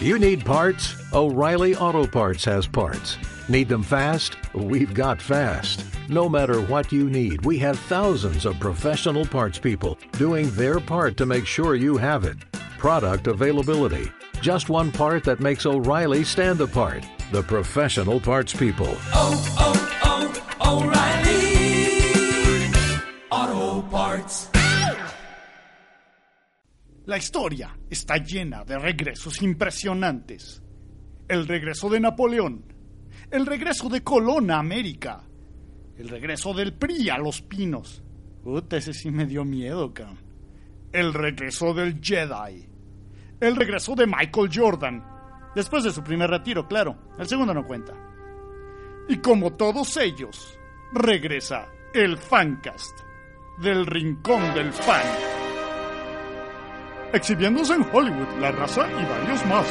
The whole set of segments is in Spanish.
You need parts? O'Reilly Auto Parts has parts. Need them fast? We've got fast. No matter what you need, we have thousands of professional parts people doing their part to make sure you have it. Product availability. Just one part that makes O'Reilly stand apart. The professional parts people. O'Reilly Auto Parts. La historia está llena de regresos impresionantes. El regreso de Napoleón, el regreso de Colón a América, el regreso del PRI a Los Pinos. Ese sí me dio miedo, cabrón. El regreso del Jedi, el regreso de Michael Jordan, después de su primer retiro, claro, el segundo no cuenta. Y como todos ellos, regresa el Fancast, del Rincón del Fan. Exhibiéndose en Hollywood, La Raza y varios más.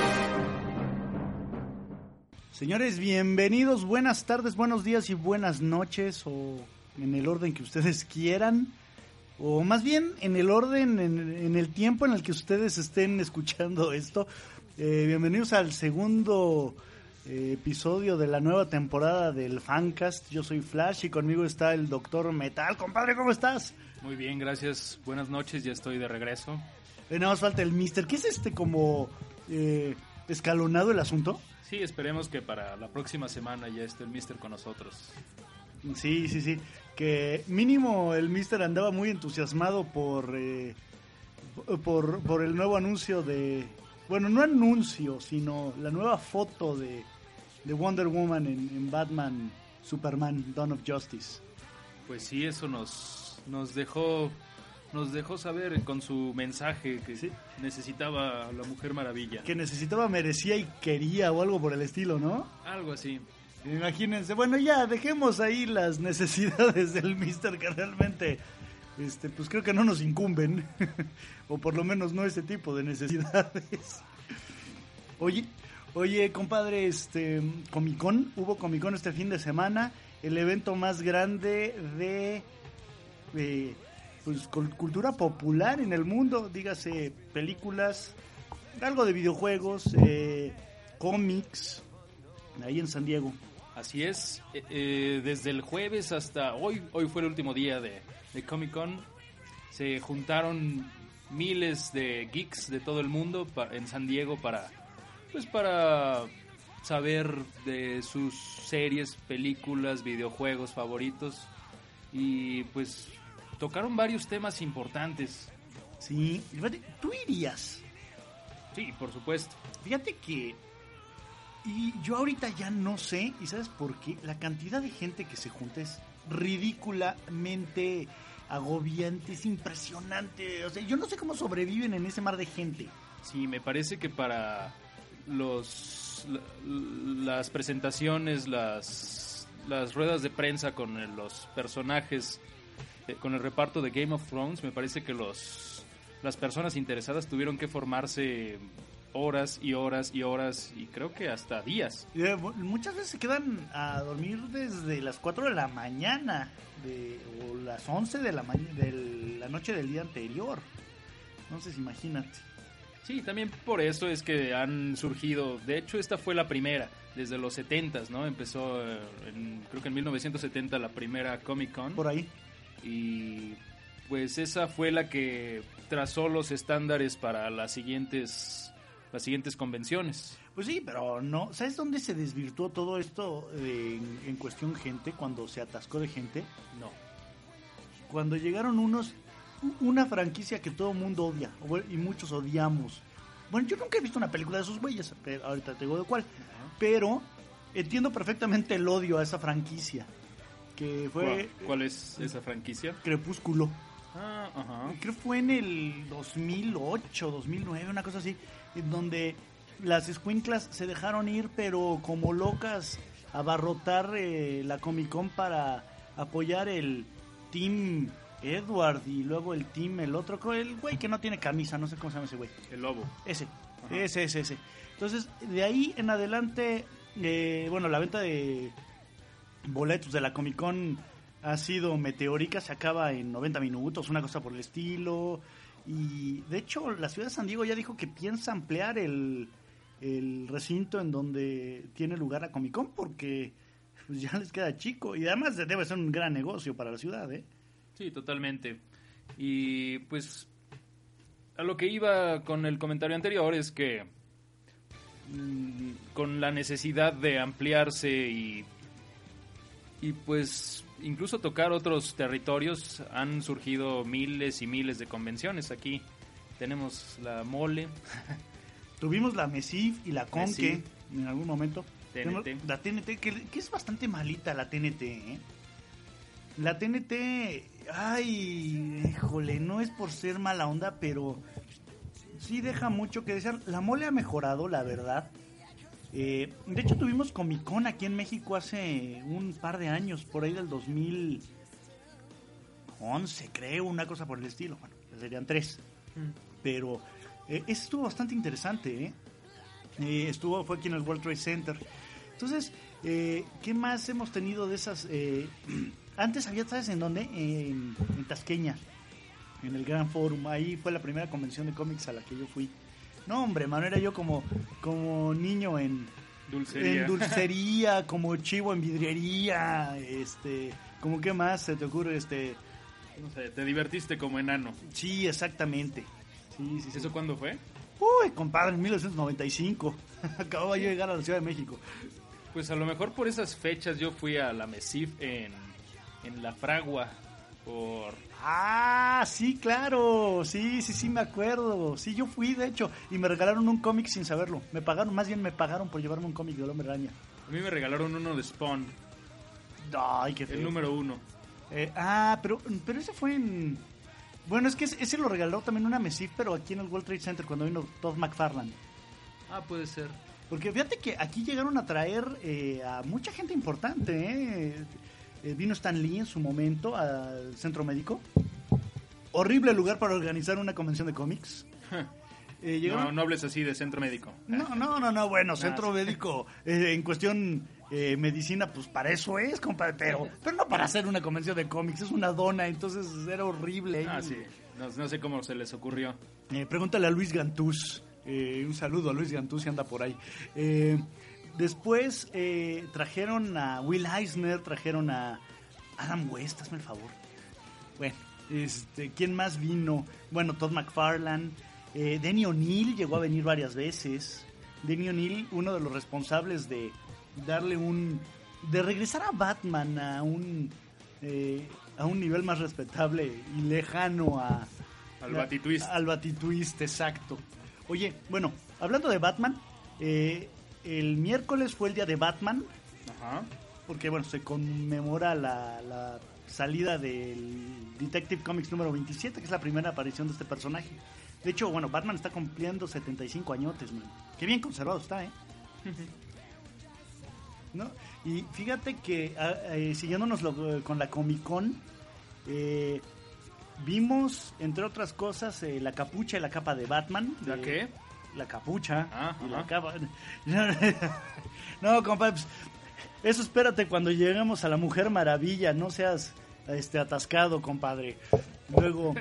Señores, bienvenidos, buenas tardes, buenos días y buenas noches, o en el orden que ustedes quieran, o más bien en el orden, en el tiempo en el que ustedes estén escuchando esto. Bienvenidos al segundo episodio de la nueva temporada del Fancast. Yo soy Flash y conmigo está el Doctor Metal. Compadre, ¿cómo estás? Muy bien, gracias. Buenas noches, ya estoy de regreso. Nada más falta el Mister. ¿Qué es como escalonado el asunto? Sí, esperemos que para la próxima semana ya esté el Mister con nosotros. Sí. Que mínimo el Mister andaba muy entusiasmado por el nuevo anuncio de... Bueno, no anuncio, sino la nueva foto de Wonder Woman en Batman Superman Dawn of Justice. Pues sí, eso nos dejó saber con su mensaje que ¿sí? Necesitaba a la Mujer Maravilla. Que necesitaba, merecía y quería o algo por el estilo, ¿no? Algo así. Imagínense, bueno, ya dejemos ahí las necesidades del Mister que realmente, pues creo que no nos incumben, o por lo menos no ese tipo de necesidades. Oye, compadre, Comic-Con, hubo Comic-Con este fin de semana, el evento más grande de pues cultura popular en el mundo, dígase películas, algo de videojuegos, cómics, ahí en San Diego. Así es, desde el jueves hasta hoy fue el último día de Comic Con, se juntaron miles de geeks de todo el mundo en San Diego para saber de sus series, películas, videojuegos favoritos y pues tocaron varios temas importantes. Sí, ¿tú irías? Sí, por supuesto. Fíjate que y yo ahorita ya no sé, ¿y sabes por qué? La cantidad de gente que se junta es ridículamente agobiante, es impresionante. O sea, yo no sé cómo sobreviven en ese mar de gente. Sí, me parece que para las presentaciones, las ruedas de prensa con los personajes, con el reparto de Game of Thrones, me parece que las personas interesadas tuvieron que formarse horas y horas y horas y creo que hasta días. Muchas veces se quedan a dormir desde las 4 de la mañana o las 11 de la noche del día anterior. Entonces imagínate. Sí, también por eso es que han surgido, de hecho esta fue la primera, desde los 70s, ¿no? Empezó creo que en 1970 la primera Comic Con. Por ahí. Y pues esa fue la que trazó los estándares para las siguientes convenciones. Pues sí, pero no, ¿sabes dónde se desvirtuó todo esto en cuestión gente, cuando se atascó de gente? No. Cuando llegaron una franquicia que todo el mundo odia, y muchos odiamos. Bueno, yo nunca he visto una película de esos güeyes, pero ahorita te digo de cuál. Uh-huh. Pero entiendo perfectamente el odio a esa franquicia. Que fue... ¿Cuál es esa franquicia? Crepúsculo. Ajá. Creo que fue en el 2008, 2009, una cosa así, en donde las escuinclas se dejaron ir, pero como locas, a abarrotar la Comic Con para apoyar el Team Edward y luego el otro, el güey que no tiene camisa, no sé cómo se llama ese güey. El lobo. Ese. Entonces, de ahí en adelante, la venta de boletos de la Comic Con ha sido meteórica, se acaba en 90 minutos, una cosa por el estilo. Y de hecho la ciudad de San Diego ya dijo que piensa ampliar el el recinto en donde tiene lugar la Comic Con, porque pues ya les queda chico y además debe ser un gran negocio para la ciudad, ¿eh? Sí, totalmente. Y pues a lo que iba con el comentario anterior es que con la necesidad de ampliarse y pues incluso tocar otros territorios, han surgido miles y miles de convenciones. Aquí tenemos la Mole. Tuvimos la MESIF y la Conque MESIF. en algún momento. TNT. La TNT, que es bastante malita la TNT, ¿eh? La TNT, ay, híjole, no es por ser mala onda, pero sí deja mucho que desear. La Mole ha mejorado, la verdad. De hecho, tuvimos Comic Con aquí en México hace un par de años, por ahí del 2011, creo, una cosa por el estilo. Bueno, serían 3. Pero estuvo bastante interesante, ¿eh? Fue aquí en el World Trade Center. Entonces, ¿qué más hemos tenido de esas? Antes había, ¿sabes en dónde? En Tasqueña, en el Gran Forum. Ahí fue la primera convención de cómics a la que yo fui. No, hombre, mano, era yo como niño en dulcería, como chivo en vidriería, como qué más se te ocurre, No sé, te divertiste como enano. Sí, exactamente. Sí. ¿Eso cuándo fue? Uy, compadre, en 1995. Acababa yo de llegar a la Ciudad de México. Pues a lo mejor por esas fechas yo fui a la MESIF en La Fragua por... Ah, sí, claro. Sí, me acuerdo. Sí, yo fui, de hecho, y me regalaron un cómic sin saberlo. Me pagaron por llevarme un cómic de Hombre Araña. A mí me regalaron uno de Spawn. Ay, qué feo. El número 1. Pero ese fue en... Bueno, es que ese lo regaló también una MESIF, pero aquí en el World Trade Center cuando vino Todd McFarlane. Ah, puede ser. Porque fíjate que aquí llegaron a traer a mucha gente importante, vino Stan Lee en su momento al Centro Médico. Horrible lugar para organizar una convención de cómics. No hables así de Centro Médico. No, bueno, Centro Médico en cuestión medicina, pues para eso es, compadre, pero no para hacer una convención de cómics, es una dona, entonces era horrible. Sí, no sé cómo se les ocurrió. Pregúntale a Luis Gantús, un saludo a Luis Gantús si anda por ahí. Después trajeron a Will Eisner, trajeron a Adam West, hazme el favor. Bueno, ¿quién más vino? Bueno, Todd McFarlane. Denny O'Neil llegó a venir varias veces. Denny O'Neil, uno de los responsables de darle de regresar a Batman a un nivel más respetable y lejano al Batitwist. Al Batitwist, exacto. Oye, bueno, hablando de Batman, el miércoles fue el día de Batman. Ajá. Porque, bueno, se conmemora la salida del Detective Comics número 27, que es la primera aparición de este personaje. De hecho, bueno, Batman está cumpliendo 75 añotes, man. Qué bien conservado está, ¿eh? ¿No? Y fíjate que, siguiéndonos con la Comic Con, vimos, entre otras cosas, la capucha y la capa de Batman. ¿La qué? La capucha y la ajá. capa. No, compadre, pues, eso espérate cuando lleguemos a la Mujer Maravilla, no seas atascado, compadre. Luego...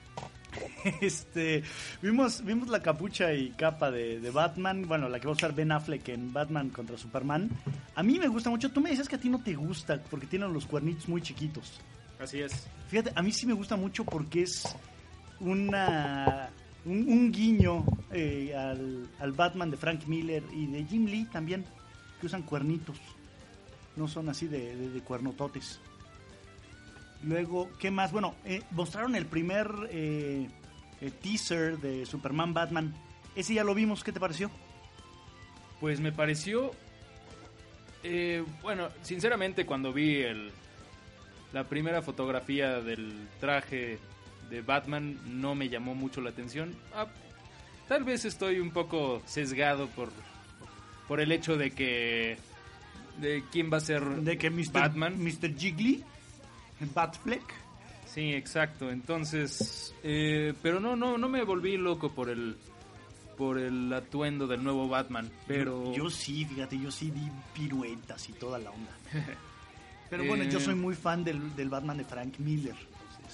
vimos la capucha y capa de Batman, bueno, la que va a usar Ben Affleck en Batman contra Superman. A mí me gusta mucho. Tú me dices que a ti no te gusta porque tienen los cuernitos muy chiquitos. Así es. Fíjate, a mí sí me gusta mucho porque es un guiño al Batman de Frank Miller y de Jim Lee también, que usan cuernitos, no son así de cuernototes. Luego, ¿qué más? Bueno, mostraron el primer teaser de Superman Batman. Ese ya lo vimos, ¿qué te pareció? Pues me pareció... bueno, sinceramente cuando vi la primera fotografía del traje de Batman no me llamó mucho la atención. Tal vez estoy un poco sesgado por el hecho de quién va a ser Batman. Mr. Jiggly, Batfleck. Sí, exacto. Entonces, pero no me volví loco por el atuendo del nuevo Batman, pero... Yo sí, fíjate, yo sí vi piruetas y toda la onda. Pero bueno, yo soy muy fan del Batman de Frank Miller.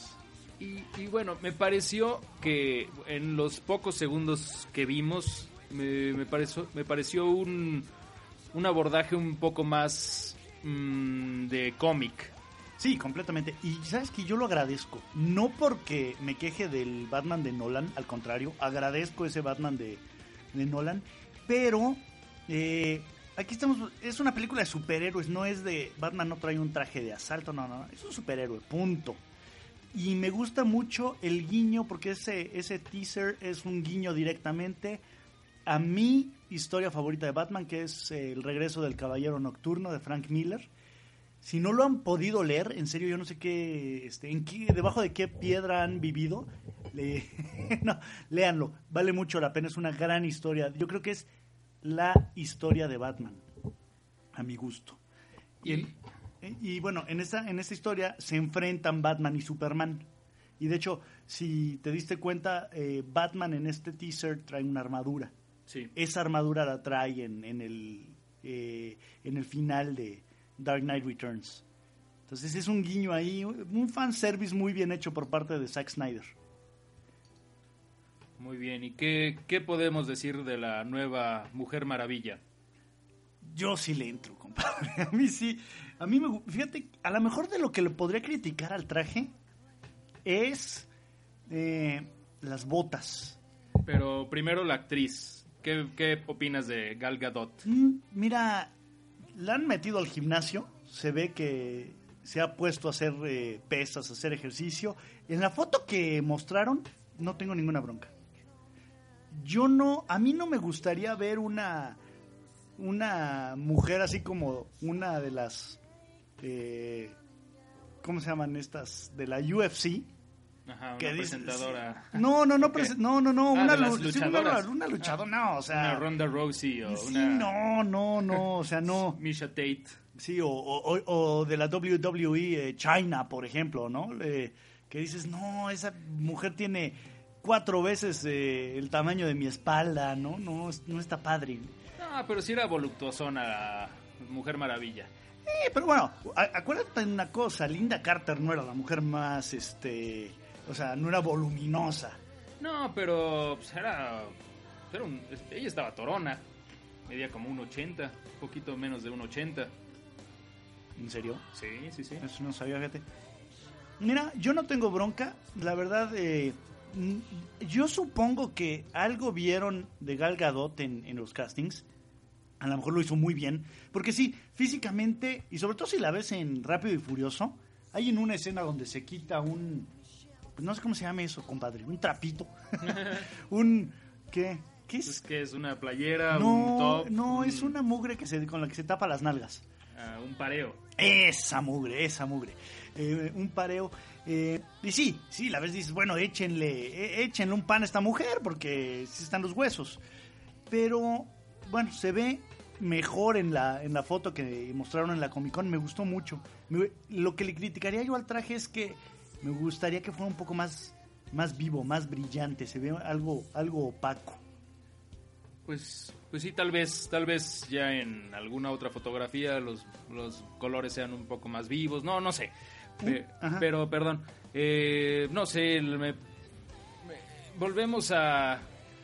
Y bueno, me pareció que en los pocos segundos que vimos me pareció un abordaje un poco más de cómic. Sí, completamente. Y sabes que yo lo agradezco. No porque me queje del Batman de Nolan, al contrario, agradezco ese Batman de Nolan. Pero aquí estamos, es una película de superhéroes, no es de Batman no trae un traje de asalto, no, es un superhéroe, punto. Y me gusta mucho el guiño, porque ese teaser es un guiño directamente a mi historia favorita de Batman, que es el regreso del Caballero Nocturno de Frank Miller. Si no lo han podido leer, en serio, yo no sé debajo de qué piedra han vivido. No, léanlo, vale mucho la pena, es una gran historia. Yo creo que es la historia de Batman, a mi gusto. Y bueno, en esta historia se enfrentan Batman y Superman. Y de hecho, si te diste cuenta, Batman en este teaser trae una armadura. Sí. Esa armadura la trae en el final de Dark Knight Returns. Entonces es un guiño ahí, un fanservice muy bien hecho por parte de Zack Snyder. Muy bien, ¿y qué podemos decir de la nueva Mujer Maravilla? Yo sí le entro, compadre. A mí fíjate, a lo mejor de lo que le podría criticar al traje es las botas. Pero primero la actriz. ¿Qué opinas de Gal Gadot? Mira, la han metido al gimnasio. Se ve que se ha puesto a hacer pesas, a hacer ejercicio. En la foto que mostraron, no tengo ninguna bronca. A mí no me gustaría ver una mujer así como una de las ¿cómo se llaman estas? De la UFC. Ajá, una que presentadora. No, una luchadora, no, o sea, una Ronda Rousey o sí, una no, o sea, no. Misha Tate. Sí, o de la WWE China, por ejemplo, ¿no? Que dices, no, esa mujer tiene 4 veces el tamaño de mi espalda, no está padre. No, pero sí era voluptuosona la Mujer Maravilla. Pero bueno, acuérdate de una cosa, Linda Carter no era la mujer más, o sea, no era voluminosa. No, pero pues ella estaba torona, medía como 1.80, un poquito menos de 1.80. ¿En serio? Sí. Eso no sabía, fíjate. Mira, yo no tengo bronca, la verdad, yo supongo que algo vieron de Gal Gadot en los castings. A lo mejor lo hizo muy bien, porque sí, físicamente, y sobre todo si la ves en Rápido y Furioso, hay en una escena donde se quita pues no sé cómo se llama eso, compadre, un trapito, ¿qué es? Pues que es una playera, no, un top. No, es una mugre con la que se tapa las nalgas. Un pareo. Esa mugre, un pareo. Y sí, la ves, dices, bueno, échenle un pan a esta mujer, porque sí están los huesos. Pero, bueno, se ve mejor en la foto que mostraron en la Comic Con, me gustó mucho. Lo que le criticaría yo al traje es que me gustaría que fuera un poco más vivo, más brillante, se ve algo opaco. Pues sí, tal vez ya en alguna otra fotografía los colores sean un poco más vivos, no sé. Pero, perdón, no sé, volvemos al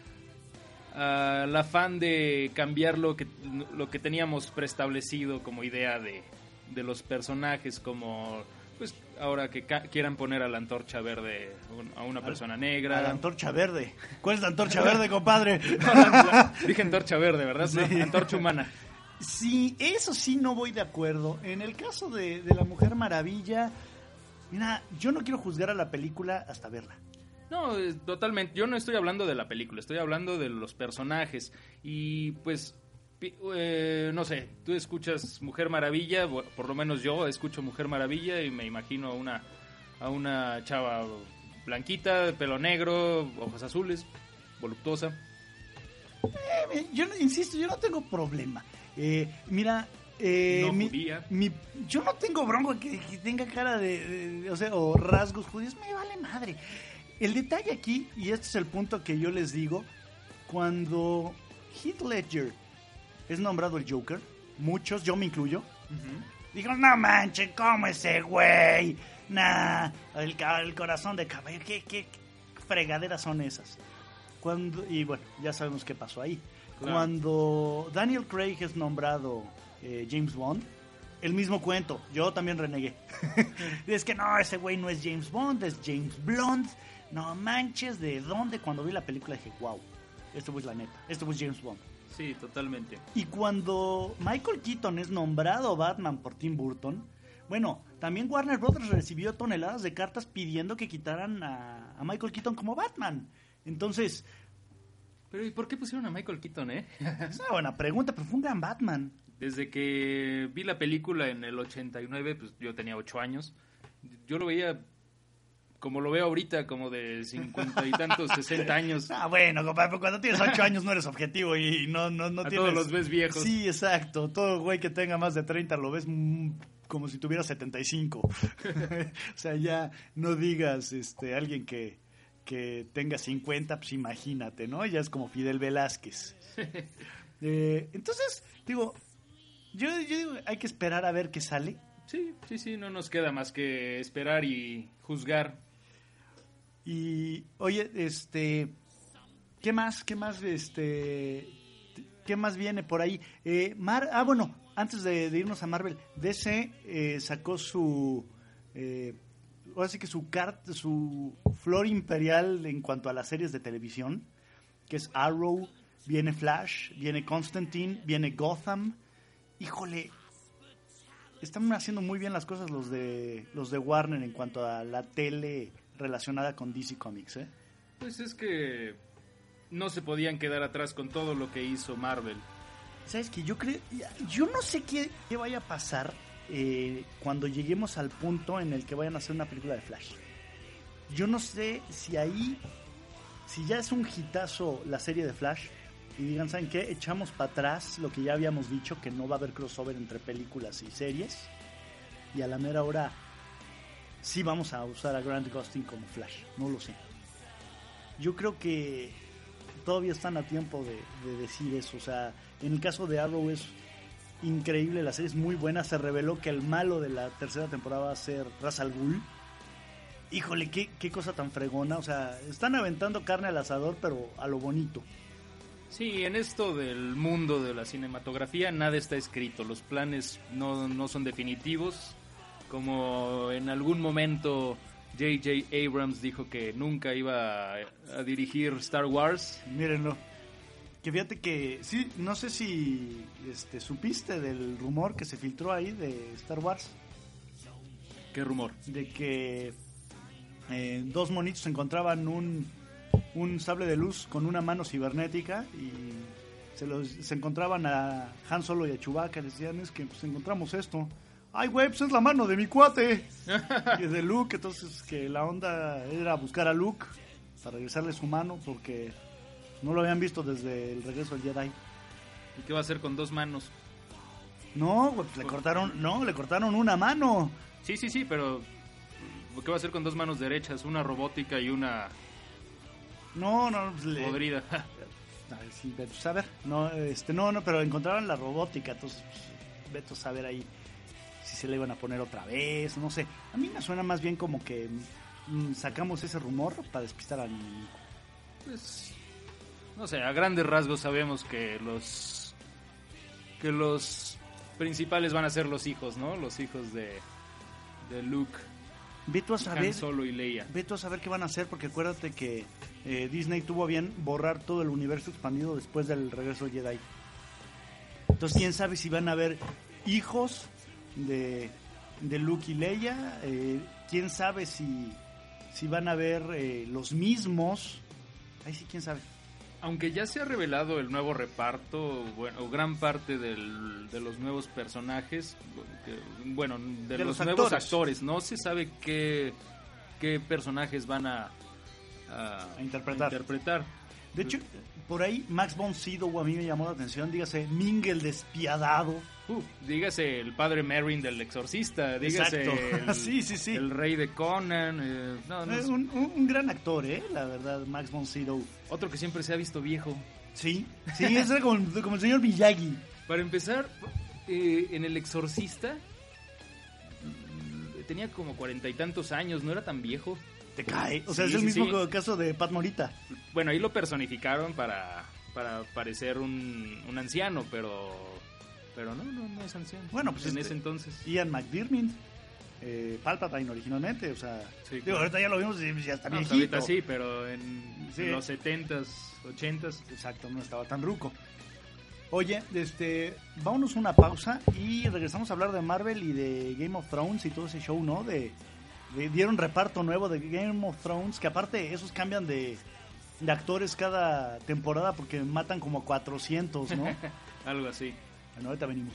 afán de cambiar lo que teníamos preestablecido como idea de los personajes, como pues ahora que quieran poner a la Antorcha Verde a una persona negra. A la Antorcha Verde. ¿Cuál es la Antorcha Verde, compadre? Dije Antorcha Verde, ¿verdad? Sí. No, Antorcha Humana. Sí, eso sí no voy de acuerdo. En el caso de la Mujer Maravilla, mira, yo no quiero juzgar a la película hasta verla. No, totalmente. Yo no estoy hablando de la película, estoy hablando de los personajes. Y pues, no sé, tú escuchas Mujer Maravilla, por lo menos yo escucho Mujer Maravilla y me imagino a una chava blanquita, de pelo negro, ojos azules, voluptuosa. Yo insisto, yo no tengo problema. Mira, judía. Yo no tengo bronco que tenga cara o rasgos judíos, me vale madre. El detalle aquí, y este es el punto que yo les digo, cuando Heath Ledger es nombrado el Joker, muchos, yo me incluyo, dijeron, no manches, ¿cómo ese güey? Nah, el corazón de caballo, ¿qué fregaderas son esas? y bueno, ya sabemos qué pasó ahí. Claro. Cuando Daniel Craig es nombrado James Bond, el mismo cuento, yo también renegué. Es que no, ese güey no es James Bond, es James Blunt. No manches, ¿de dónde? Cuando vi la película dije, wow, esto es la neta, esto es James Bond. Sí, totalmente. Y cuando Michael Keaton es nombrado Batman por Tim Burton, bueno, también Warner Brothers recibió toneladas de cartas pidiendo que quitaran a Michael Keaton como Batman. Entonces, Pero ¿y por qué pusieron a Michael Keaton, es una buena pregunta, pero fue un gran Batman. Desde que vi la película en el 89, pues yo tenía 8 años. Yo lo veía como lo veo ahorita, como de 50 y tantos, 60 años. Ah, bueno, compadre, pero cuando tienes 8 años no eres objetivo y no A tienes... todos los ves viejos. Sí, exacto. Todo güey que tenga más de 30 lo ves como si tuviera 75. O sea, ya no digas alguien que tenga 50, pues imagínate, ¿no? Ya es como Fidel Velázquez. Entonces, digo, yo digo, hay que esperar a ver qué sale. Sí, no nos queda más que esperar y juzgar. Y, oye, ¿qué más viene por ahí? Bueno, antes de irnos a Marvel, DC sacó su, ahora sí que su flor imperial en cuanto a las series de televisión, que es Arrow, viene Flash, viene Constantine, viene Gotham. Híjole, están haciendo muy bien las cosas los de Warner en cuanto a la tele relacionada con DC Comics, ¿eh? Pues es que no se podían quedar atrás con todo lo que hizo Marvel. ¿Sabes qué? Yo no sé qué vaya a pasar cuando lleguemos al punto en el que vayan a hacer una película de Flash. Yo no sé si ya es un hitazo la serie de Flash y digan, ¿saben qué? Echamos para atrás lo que ya habíamos dicho, que no va a haber crossover entre películas y series, y a la mera hora sí vamos a usar a Grant Gustin como Flash. No lo sé. Yo creo que todavía están a tiempo de decir eso. O sea, en el caso de Arrow es increíble, la serie es muy buena. Se reveló que el malo de la tercera temporada va a ser Ra's al Ghul. Híjole, qué cosa tan fregona. O sea, están aventando carne al asador, pero a lo bonito. Sí, en esto del mundo de la cinematografía nada está escrito. Los planes no son definitivos. Como en algún momento J.J. Abrams dijo que nunca iba a dirigir Star Wars. Mírenlo. Que fíjate que, sí, no sé si supiste del rumor que se filtró ahí de Star Wars. ¿Qué rumor? De que dos monitos encontraban un sable de luz con una mano cibernética y se encontraban a Han Solo y a Chewbacca. Decían, es que pues encontramos esto. Ay, güey, pues es la mano de mi cuate. Y es de Luke. Entonces que la onda era buscar a Luke para regresarle su mano porque no lo habían visto desde el regreso del Jedi. ¿Y qué va a hacer con dos manos? No, güey, pues le cortaron una mano. Sí, pero ¿qué va a hacer con dos manos derechas? Una robótica y una No, pues podrida. A ver, sí, vete a saber. No, pero encontraron la robótica, entonces pues, vete a saber ahí si se le iban a poner otra vez, no sé. A mí me suena más bien como que sacamos ese rumor para despistar al enemigo. Pues, no sé, a grandes rasgos sabemos que los principales van a ser los hijos, ¿no? Los hijos de Luke, Vete a saber, Han Solo y Leia. Vete a saber qué van a hacer, porque acuérdate que Disney tuvo a bien borrar todo el universo expandido después del regreso de Jedi. Entonces, quién sabe si van a haber hijos de Luke y Leia. Quién sabe si van a haber los mismos. Ahí sí, quién sabe. Aunque ya se ha revelado el nuevo reparto, bueno, o gran parte de los nuevos personajes, de los nuevos actores, no se sabe qué personajes van a interpretar. De hecho, por ahí Max von Sydow a mí me llamó la atención, dígase Ming el despiadado. Dígase el padre Merrin del Exorcista, dígase sí. el rey de Conan. Un gran actor, la verdad, Max von Sydow. Otro que siempre se ha visto viejo. Sí, es como el señor Miyagi. Para empezar, en el Exorcista tenía como 40 y tantos años, no era tan viejo. te cae. O sea, Sí, es el sí, mismo sí. caso de Pat Morita. Bueno, ahí lo personificaron para parecer un anciano, pero no es anciano. Bueno, pues en ese entonces. Ian McDiarmid, Palpatine originalmente, o sea, Sí, digo, claro. ahorita ya lo vimos y ya está No, pues viejito. ahorita sí, pero en Sí. los 70s, 80s. Exacto, no estaba tan ruco. Oye, vámonos a una pausa y regresamos a hablar de Marvel y de Game of Thrones y todo ese show, ¿no? Dieron reparto nuevo de Game of Thrones, que aparte esos cambian de actores cada temporada porque matan como 400, ¿no? Algo así. Bueno, ahorita venimos.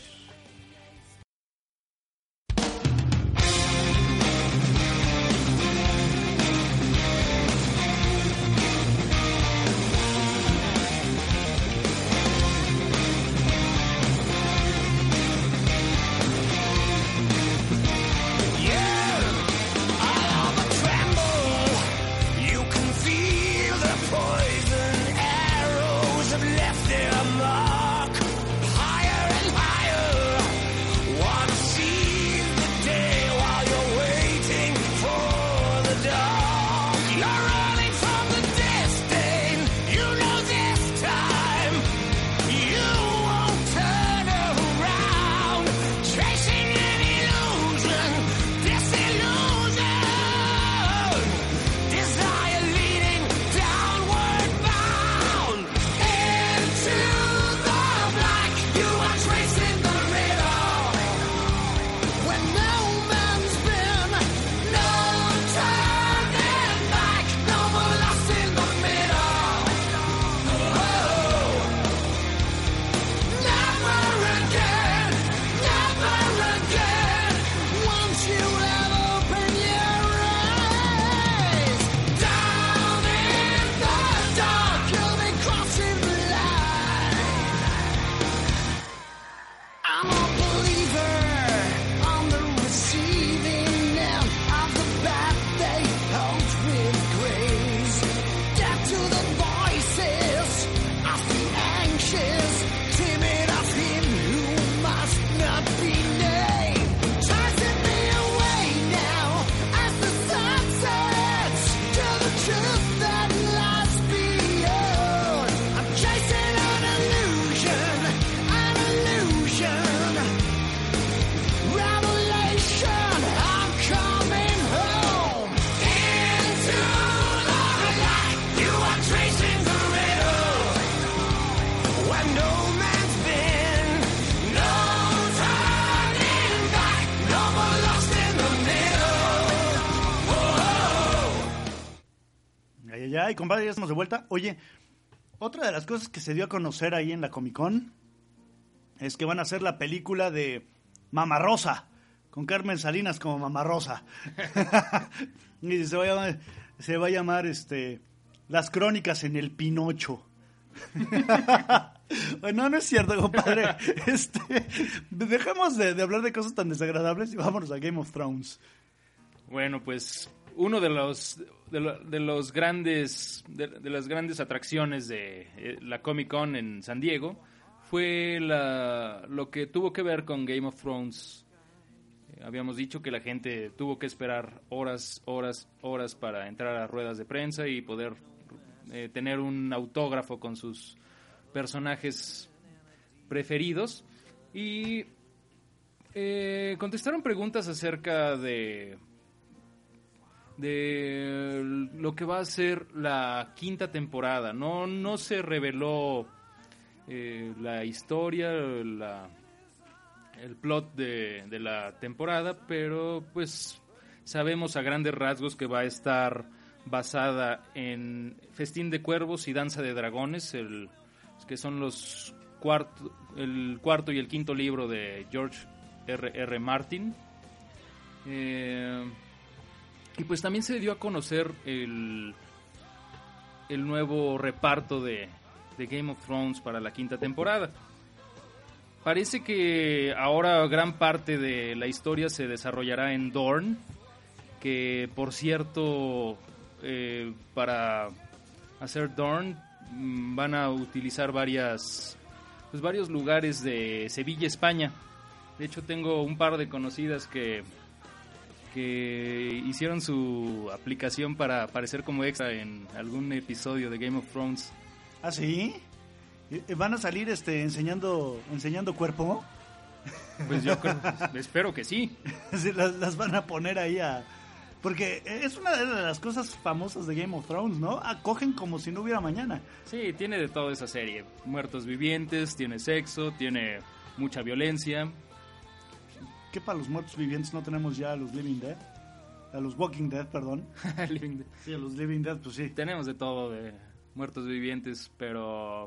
Y compadre, ya estamos de vuelta. Oye, otra de las cosas que se dio a conocer ahí en la Comic Con es que van a hacer la película de Mama Rosa, con Carmen Salinas como Mama Rosa. Y se va a llamar Las Crónicas en el Pinocho. Bueno, no es cierto, compadre. Dejemos de hablar de cosas tan desagradables y vámonos a Game of Thrones. Bueno, pues uno de las grandes atracciones de la Comic Con en San Diego fue lo que tuvo que ver con Game of Thrones. Habíamos dicho que la gente tuvo que esperar horas para entrar a ruedas de prensa y poder tener un autógrafo con sus personajes preferidos. Y contestaron preguntas acerca de lo que va a ser la quinta temporada. No se reveló la historia, el plot de la temporada, pero pues sabemos a grandes rasgos que va a estar basada en Festín de Cuervos y Danza de Dragones, que son el cuarto y el quinto libro de George R.R. Martin. Y pues también se dio a conocer el nuevo reparto de Game of Thrones para la quinta temporada. Parece que ahora gran parte de la historia se desarrollará en Dorne, que por cierto, para hacer Dorne van a utilizar varios lugares de Sevilla, España. De hecho, tengo un par de conocidas que que hicieron su aplicación para aparecer como extra en algún episodio de Game of Thrones. ¿Ah, sí? ¿Van a salir enseñando cuerpo? Pues yo espero que sí. Sí, las van a poner ahí porque es una de las cosas famosas de Game of Thrones, ¿no? Acogen como si no hubiera mañana. Sí, tiene de todo esa serie. Muertos vivientes, tiene sexo, tiene mucha violencia. ¿Qué para los muertos vivientes no tenemos ya a los Living Dead? A los Walking Dead, perdón. Sí, a los Living Dead, pues sí. Tenemos de todo de muertos vivientes, pero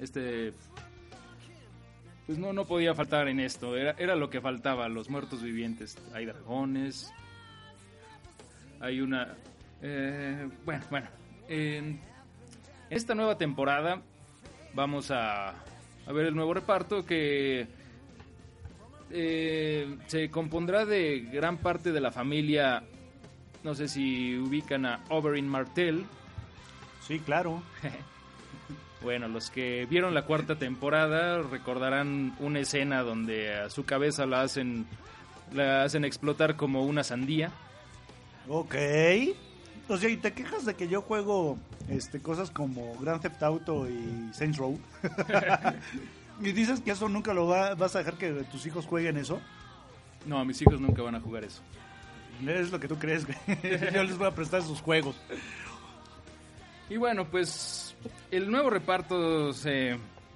pues no podía faltar en esto. Era lo que faltaba, los muertos vivientes. Hay dragones. Hay una... bueno. En esta nueva temporada vamos a ver el nuevo reparto que se compondrá de gran parte de la familia. No sé si ubican a Oberyn Martell. Sí, claro. Bueno, los que vieron la cuarta temporada recordarán una escena donde a su cabeza la hacen explotar como una sandía. Ok. O sea, ¿y te quejas de que yo juego cosas como Grand Theft Auto y Saints Row? ¿Y dices que eso nunca vas a dejar que tus hijos jueguen eso? No, mis hijos nunca van a jugar eso. Es lo que tú crees, güey. Yo les voy a prestar sus juegos. Y bueno, pues el nuevo reparto se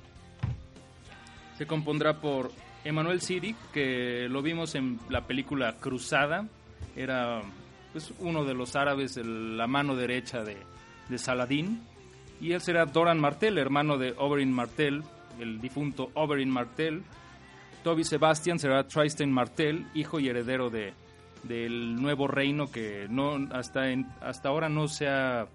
compondrá por Emmanuel Siri, que lo vimos en la película Cruzada. Era pues uno de los árabes, la mano derecha de Saladín. Y él será Doran Martell, hermano de Oberyn Martell, el difunto Oberyn Martell. Toby Sebastian será Tristan Martell, hijo y heredero del nuevo reino que hasta ahora no se ha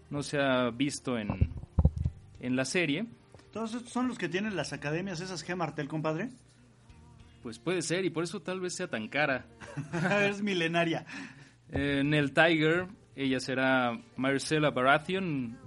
visto en la serie. ¿Todos estos son los que tienen las academias esas G. Martell, compadre? Pues puede ser, y por eso tal vez sea tan cara. Es milenaria. Nell Tiger, ella será Marcella Baratheon.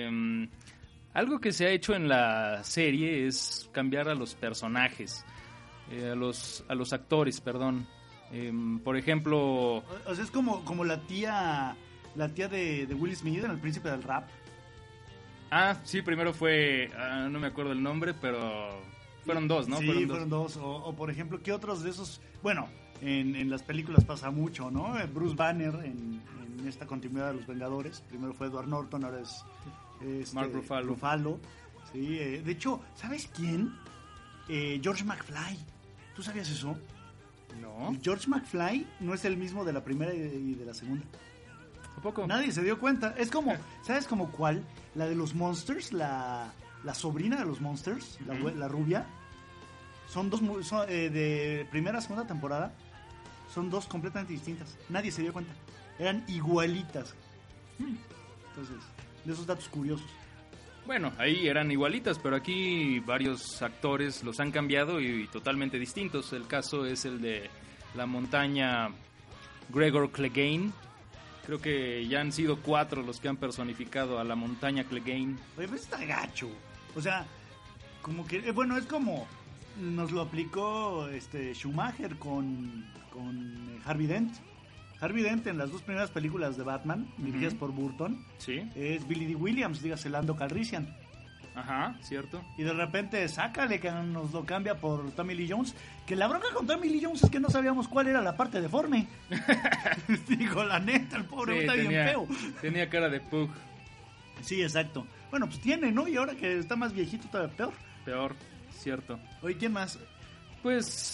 Algo que se ha hecho en la serie es cambiar a los personajes, a los actores, perdón. Por ejemplo... O sea, es como la tía de Will Smith en El Príncipe del Rap. Ah, sí, primero fue... no me acuerdo el nombre, pero... Fueron dos, ¿no? Sí, fueron dos. O por ejemplo, ¿qué otros de esos? Bueno, en las películas pasa mucho, ¿no? Bruce Banner en esta continuidad de Los Vengadores. Primero fue Edward Norton, ahora es Mark Ruffalo. Sí, de hecho, ¿sabes quién? George McFly. ¿Tú sabías eso? No. George McFly no es el mismo de la primera y de la segunda. ¿A poco? Nadie se dio cuenta. Es como, ¿sabes como cuál? La de los Monsters, la sobrina de los Monsters, la rubia. Son dos de primera a segunda temporada. Son dos completamente distintas. Nadie se dio cuenta. Eran igualitas. Entonces, de esos datos curiosos. Bueno, ahí eran igualitas, pero aquí varios actores los han cambiado y totalmente distintos. El caso es el de la montaña Gregor Clegane. Creo que ya han sido 4 los que han personificado a la montaña Clegane. Oye, pues está gacho. O sea, como que... bueno, es como... Nos lo aplicó Schumacher con Harvey Dent. Harvey Dent en las 2 primeras películas de Batman, dirigidas por Burton, sí, es Billy Dee Williams, dígase Lando Calrissian. Ajá, cierto. Y de repente sácale que nos lo cambia por Tommy Lee Jones. Que la bronca con Tommy Lee Jones es que no sabíamos cuál era la parte deforme. Digo, la neta, el pobre está bien feo. Tenía cara de pug. Sí, exacto. Bueno, pues tiene, ¿no? Y ahora que está más viejito, todavía peor. Peor, cierto. Oye, ¿quién más? Pues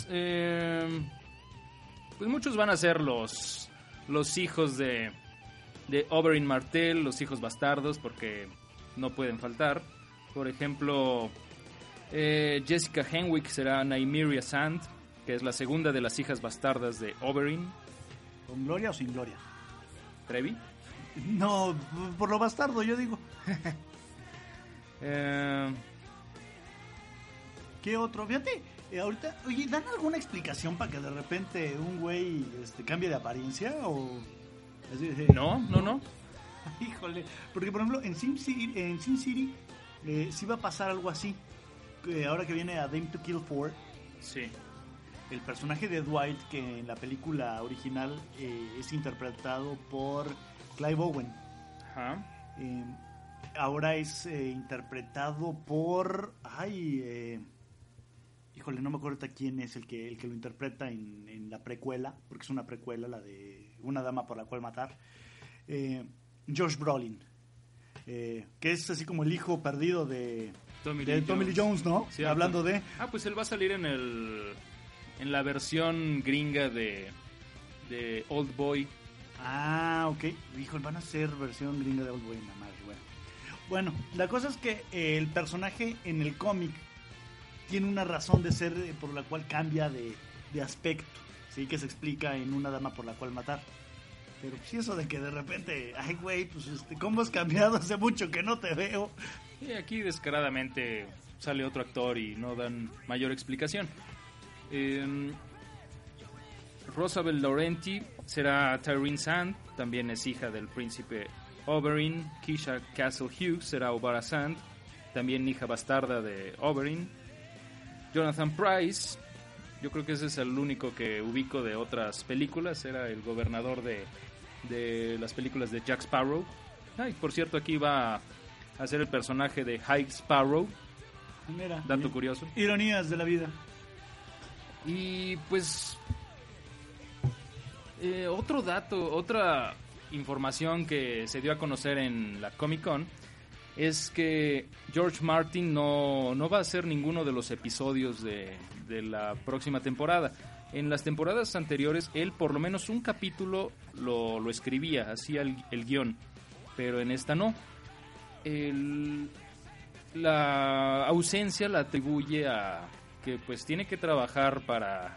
muchos van a ser los hijos de Oberyn Martell, los hijos bastardos, porque no pueden faltar. Por ejemplo, Jessica Henwick será Nymeria Sand, que es la segunda de las hijas bastardas de Oberyn. ¿Con gloria o sin gloria? ¿Trevi? No, por lo bastardo, yo digo. ¿Qué otro? Fíjate, ahorita, oye, ¿dan alguna explicación para que de repente un güey cambie de apariencia? ¿O No. Híjole, porque por ejemplo en Sin City sí va a pasar algo así. Ahora que viene A Dame to Kill For. Sí. el personaje de Dwight, que en la película original es interpretado por Clive Owen. Ajá. Ahora es interpretado por... híjole, no me acuerdo quién es el que lo interpreta en la precuela, porque es una precuela, la de Una dama por la cual matar. Josh Brolin, que es así como el hijo perdido de Tommy Lee Jones, ¿no? Sí, hablando de... pues él va a salir en la versión gringa de Old Boy. Ok. Híjole, van a hacer versión gringa de Old Boy, nada más. Bueno, la cosa es que el personaje en el cómic tiene una razón de ser por la cual cambia de aspecto, ¿sí? Que se explica en Una dama por la cual matar. Pero pues eso de que de repente, ay güey, pues ¿cómo has cambiado? Hace mucho que no te veo. Y aquí descaradamente sale otro actor y no dan mayor explicación. Rosabelle Laurenti será Tyreen Sand, también es hija del príncipe Oberyn. Keisha Castle Hughes será Obara Sand, también hija bastarda de Oberyn. Jonathan Pryce, yo creo que ese es el único que ubico de otras películas, era el gobernador de las películas de Jack Sparrow. Y por cierto, aquí va a ser el personaje de High Sparrow. Mira, dato curioso. Ironías de la vida. Y pues otro dato, otra información que se dio a conocer en la Comic Con es que George Martin no va a hacer ninguno de los episodios de la próxima temporada. En las temporadas anteriores él por lo menos un capítulo lo escribía, hacía el guión, pero en esta no. La ausencia la atribuye a que pues tiene que trabajar para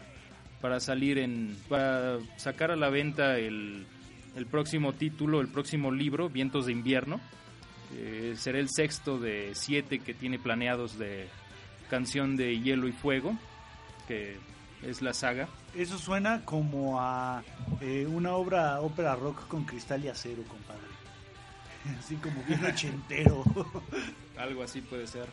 sacar a la venta el próximo título, el próximo libro, Vientos de Invierno. Será el 6º de 7 que tiene planeados de Canción de Hielo y Fuego, que es la saga. Eso suena como a una ópera rock con cristal y acero, compadre. Así como bien ochentero. Algo así puede ser.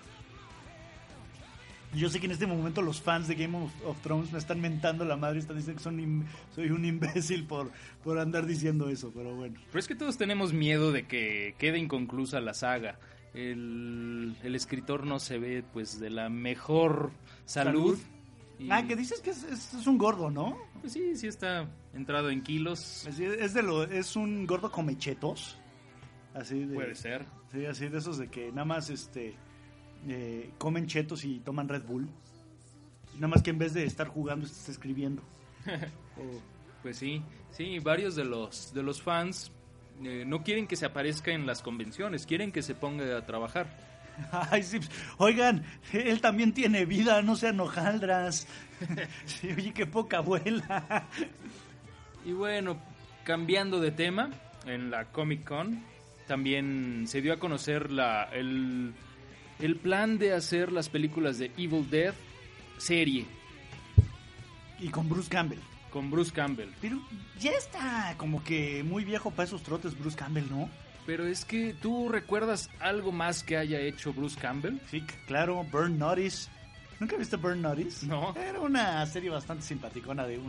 Yo sé que en este momento los fans de Game of Thrones me están mentando la madre, están diciendo que soy un imbécil por andar diciendo eso, pero bueno. Pero es que todos tenemos miedo de que quede inconclusa la saga. El escritor no se ve pues de la mejor salud. Y... que dices que es un gordo, ¿no? Pues sí está entrado en kilos. Es un gordo come chetos. Así de, puede ser. Sí, así de esos de que nada más comen chetos y toman Red Bull. Nada más que en vez de estar jugando está escribiendo. Pues sí, varios de los fans no quieren que se aparezca en las convenciones, quieren que se ponga a trabajar. Ay, sí. Oigan, él también tiene vida, no sean hojaldras. Sí, oye, qué poca abuela. Y bueno, cambiando de tema, en la Comic Con también se dio a conocer el plan de hacer las películas de Evil Dead serie. Y con Bruce Campbell. Pero ya está como que muy viejo para esos trotes Bruce Campbell, ¿no? Pero es que, ¿tú recuerdas algo más que haya hecho Bruce Campbell? Sí, claro, Burn Notice. ¿Nunca viste Burn Notice? No. Era una serie bastante simpaticona de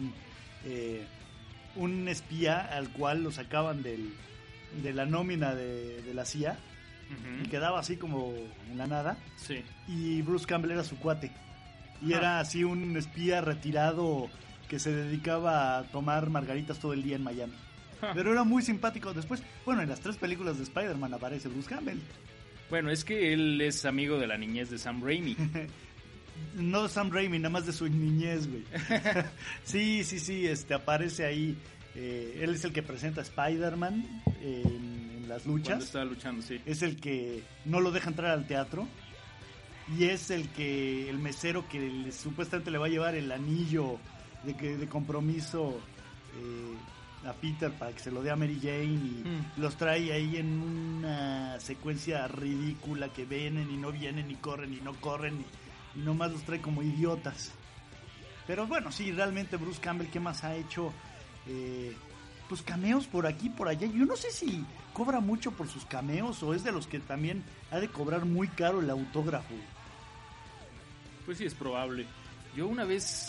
un espía al cual lo sacaban de la nómina de la CIA. Uh-huh. Y quedaba así como en la nada. Sí. Y Bruce Campbell era su cuate. Y era así un espía retirado que se dedicaba a tomar margaritas todo el día en Miami. Pero era muy simpático. Después, bueno, en las 3 películas de Spider-Man aparece Bruce Campbell. Bueno, es que él es amigo de la niñez de Sam Raimi. No de Sam Raimi, nada más de su niñez, güey. Sí, aparece ahí. Él es el que presenta a Spider-Man en las luchas. Cuando está luchando, sí. Es el que no lo deja entrar al teatro. Y es el mesero que supuestamente le va a llevar el anillo de compromiso a Peter para que se lo dé a Mary Jane y los trae ahí en una secuencia ridícula que vienen y no vienen y corren y no corren y nomás los trae como idiotas. Pero bueno, sí, realmente Bruce Campbell, ¿qué más ha hecho? Pues cameos por aquí, por allá. Yo no sé si cobra mucho por sus cameos o es de los que también ha de cobrar muy caro el autógrafo. Pues sí, es probable. Yo una vez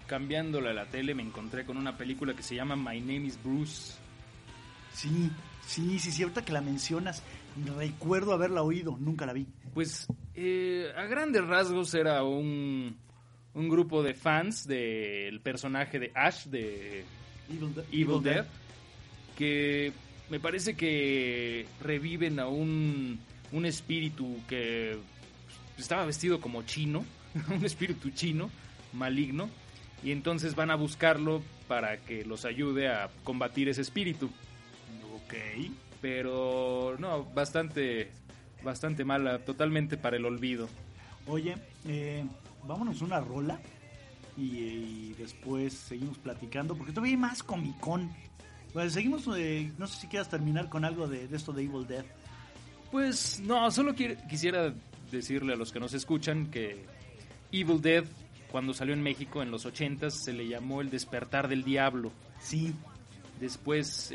cambiándole a la tele me encontré con una película que se llama My Name is Bruce. Sí, ahorita que la mencionas, recuerdo haberla oído, nunca la vi. Pues a grandes rasgos era un grupo de fans del personaje de Ash de Evil Dead, que me parece que reviven a un espíritu que estaba vestido como chino, un espíritu chino maligno, y entonces van a buscarlo para que los ayude a combatir ese espíritu. Ok. Pero no, bastante mala, totalmente para el olvido. Oye, vámonos una rola y después seguimos platicando, porque todavía hay más Comic-Con. Bueno, seguimos, no sé si quieras terminar con algo de esto de Evil Dead. Pues no, solo quisiera decirle a los que nos escuchan que Evil Dead, cuando salió en México en los 80s, se le llamó El Despertar del Diablo. Sí. Después,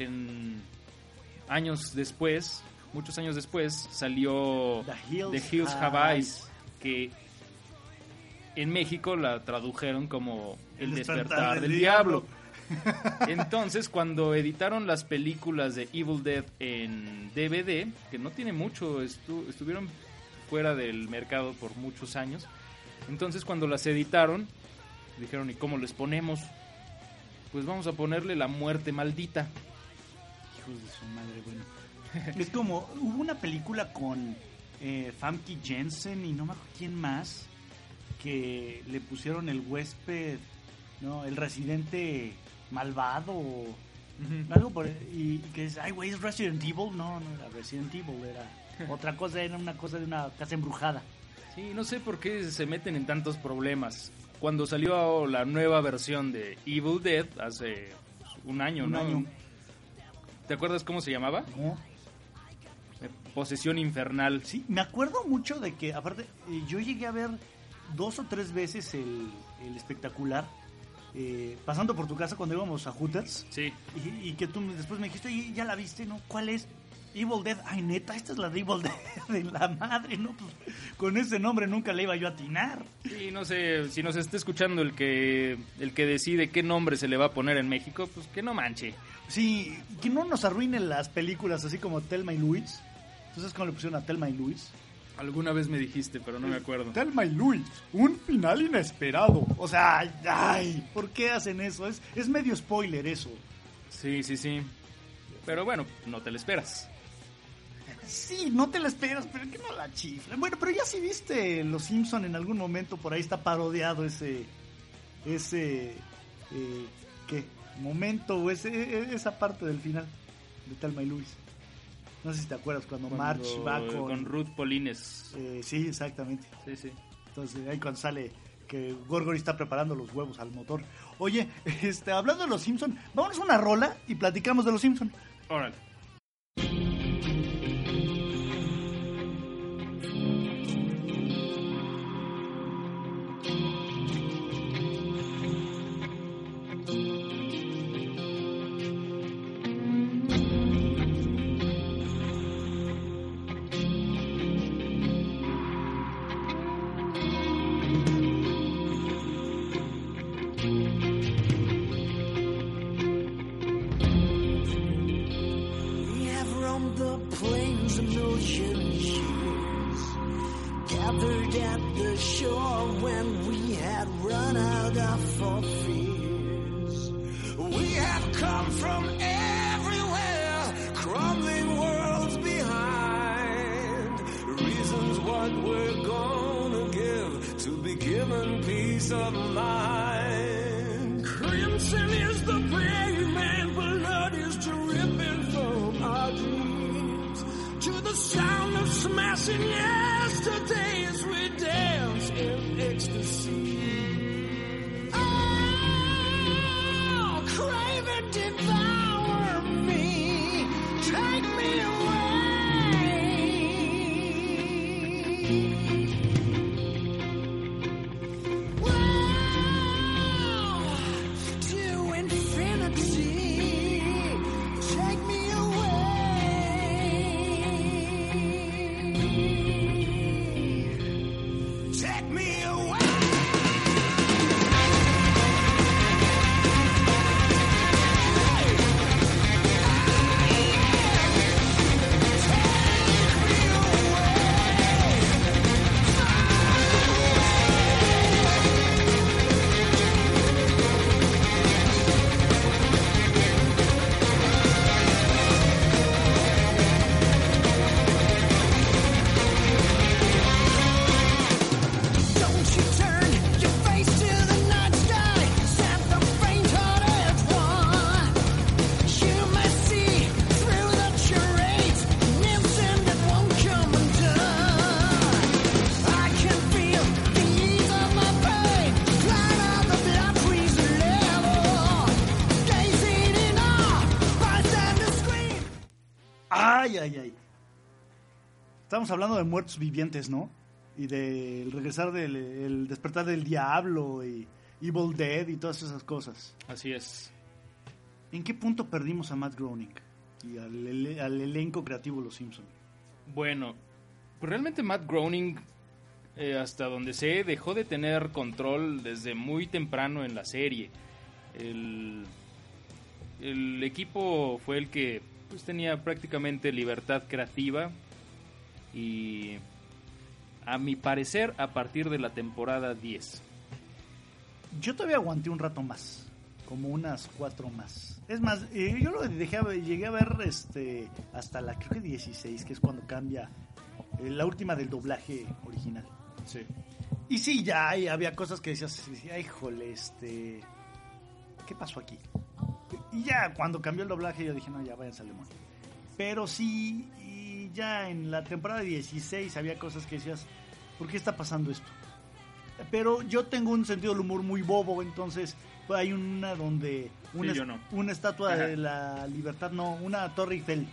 muchos años después, salió The Hills Have Eyes, que en México la tradujeron como El Despertar del Diablo. Entonces, cuando editaron las películas de Evil Dead en DVD, que no tiene mucho, estuvieron fuera del mercado por muchos años, entonces cuando las editaron, dijeron, ¿y cómo les ponemos? Pues vamos a ponerle La Muerte Maldita. Hijos de su madre, bueno. Es como, hubo una película con Famke Jensen y no me acuerdo quién más, que le pusieron el huésped, no, el residente malvado, algo por, y que es, ay güey, es Resident Evil. No era Resident Evil, era otra cosa, era una cosa de una casa embrujada. Sí, no sé por qué se meten en tantos problemas. Cuando salió la nueva versión de Evil Dead hace un año, ¿no? ¿Te acuerdas cómo se llamaba? No. Posesión Infernal. Sí, me acuerdo mucho de que, aparte, yo llegué a ver 2 o 3 veces el espectacular, pasando por tu casa cuando íbamos a Hooters. Sí. Y que tú después me dijiste, oye, ¿ya la viste, no? ¿Cuál es? Evil Dead. Ay, neta, esta es la de Evil Dead, de la madre, ¿no? Pues, con ese nombre nunca le iba yo a atinar. Sí, no sé, si nos está escuchando el que decide qué nombre se le va a poner en México, pues que no manche. Sí, que no nos arruinen las películas así como Thelma y Louise. ¿Entonces cómo le pusieron a Thelma y Louise? Alguna vez me dijiste, pero no me acuerdo. Thelma y Louise, un final inesperado. O sea, ay, ¿por qué hacen eso? Es medio spoiler eso. Sí. Pero bueno, no te lo esperas. Sí, no te la esperas, pero que no la chiflan. Bueno, pero ya sí viste Los Simpson en algún momento, por ahí está parodiado ese ¿qué? Momento o esa parte del final de Thelma y Louise. No sé si te acuerdas cuando Marge va con Ruth Polines. Sí, exactamente. Sí. Entonces ahí cuando sale que Gorgory está preparando los huevos al motor. Oye, hablando de Los Simpson, vámonos a una rola y platicamos de Los Simpson. Órale. Gathered at the shore when we had run out of our fears. We have come from everywhere, crumbling worlds behind. Reasons what we're gonna give to be given peace of mind. Crimson is the pavement, blood is dripping from our dreams. To the sound of smashing yesterdays, we dance in ecstasy. Oh, craving, devour me, take me away. Well, to infinity, take me away. Take me away. Estábamos hablando de muertos vivientes, ¿no? Y del regresar el despertar del diablo y Evil Dead y todas esas cosas. Así es. ¿En qué punto perdimos a Matt Groening y al elenco creativo de Los Simpsons? Bueno, pues realmente Matt Groening, hasta donde sé, dejó de tener control desde muy temprano en la serie. El equipo fue el que pues tenía prácticamente libertad creativa y, a mi parecer, a partir de la temporada 10. Yo todavía aguanté un rato más, como unas 4 más. Es más, yo lo llegué a ver hasta la, creo que 16, que es cuando cambia la última del doblaje original. Sí. Y sí, ya había cosas que decías, ay, híjole, ¿qué pasó aquí? Y ya cuando cambió el doblaje yo dije, no, ya váyanse al demonio. Pero sí, y ya en la temporada 16 había cosas que decías, ¿por qué está pasando esto? Pero yo tengo un sentido del humor muy bobo, entonces pues, hay una donde una estatua de la libertad, no, una Torre Eiffel,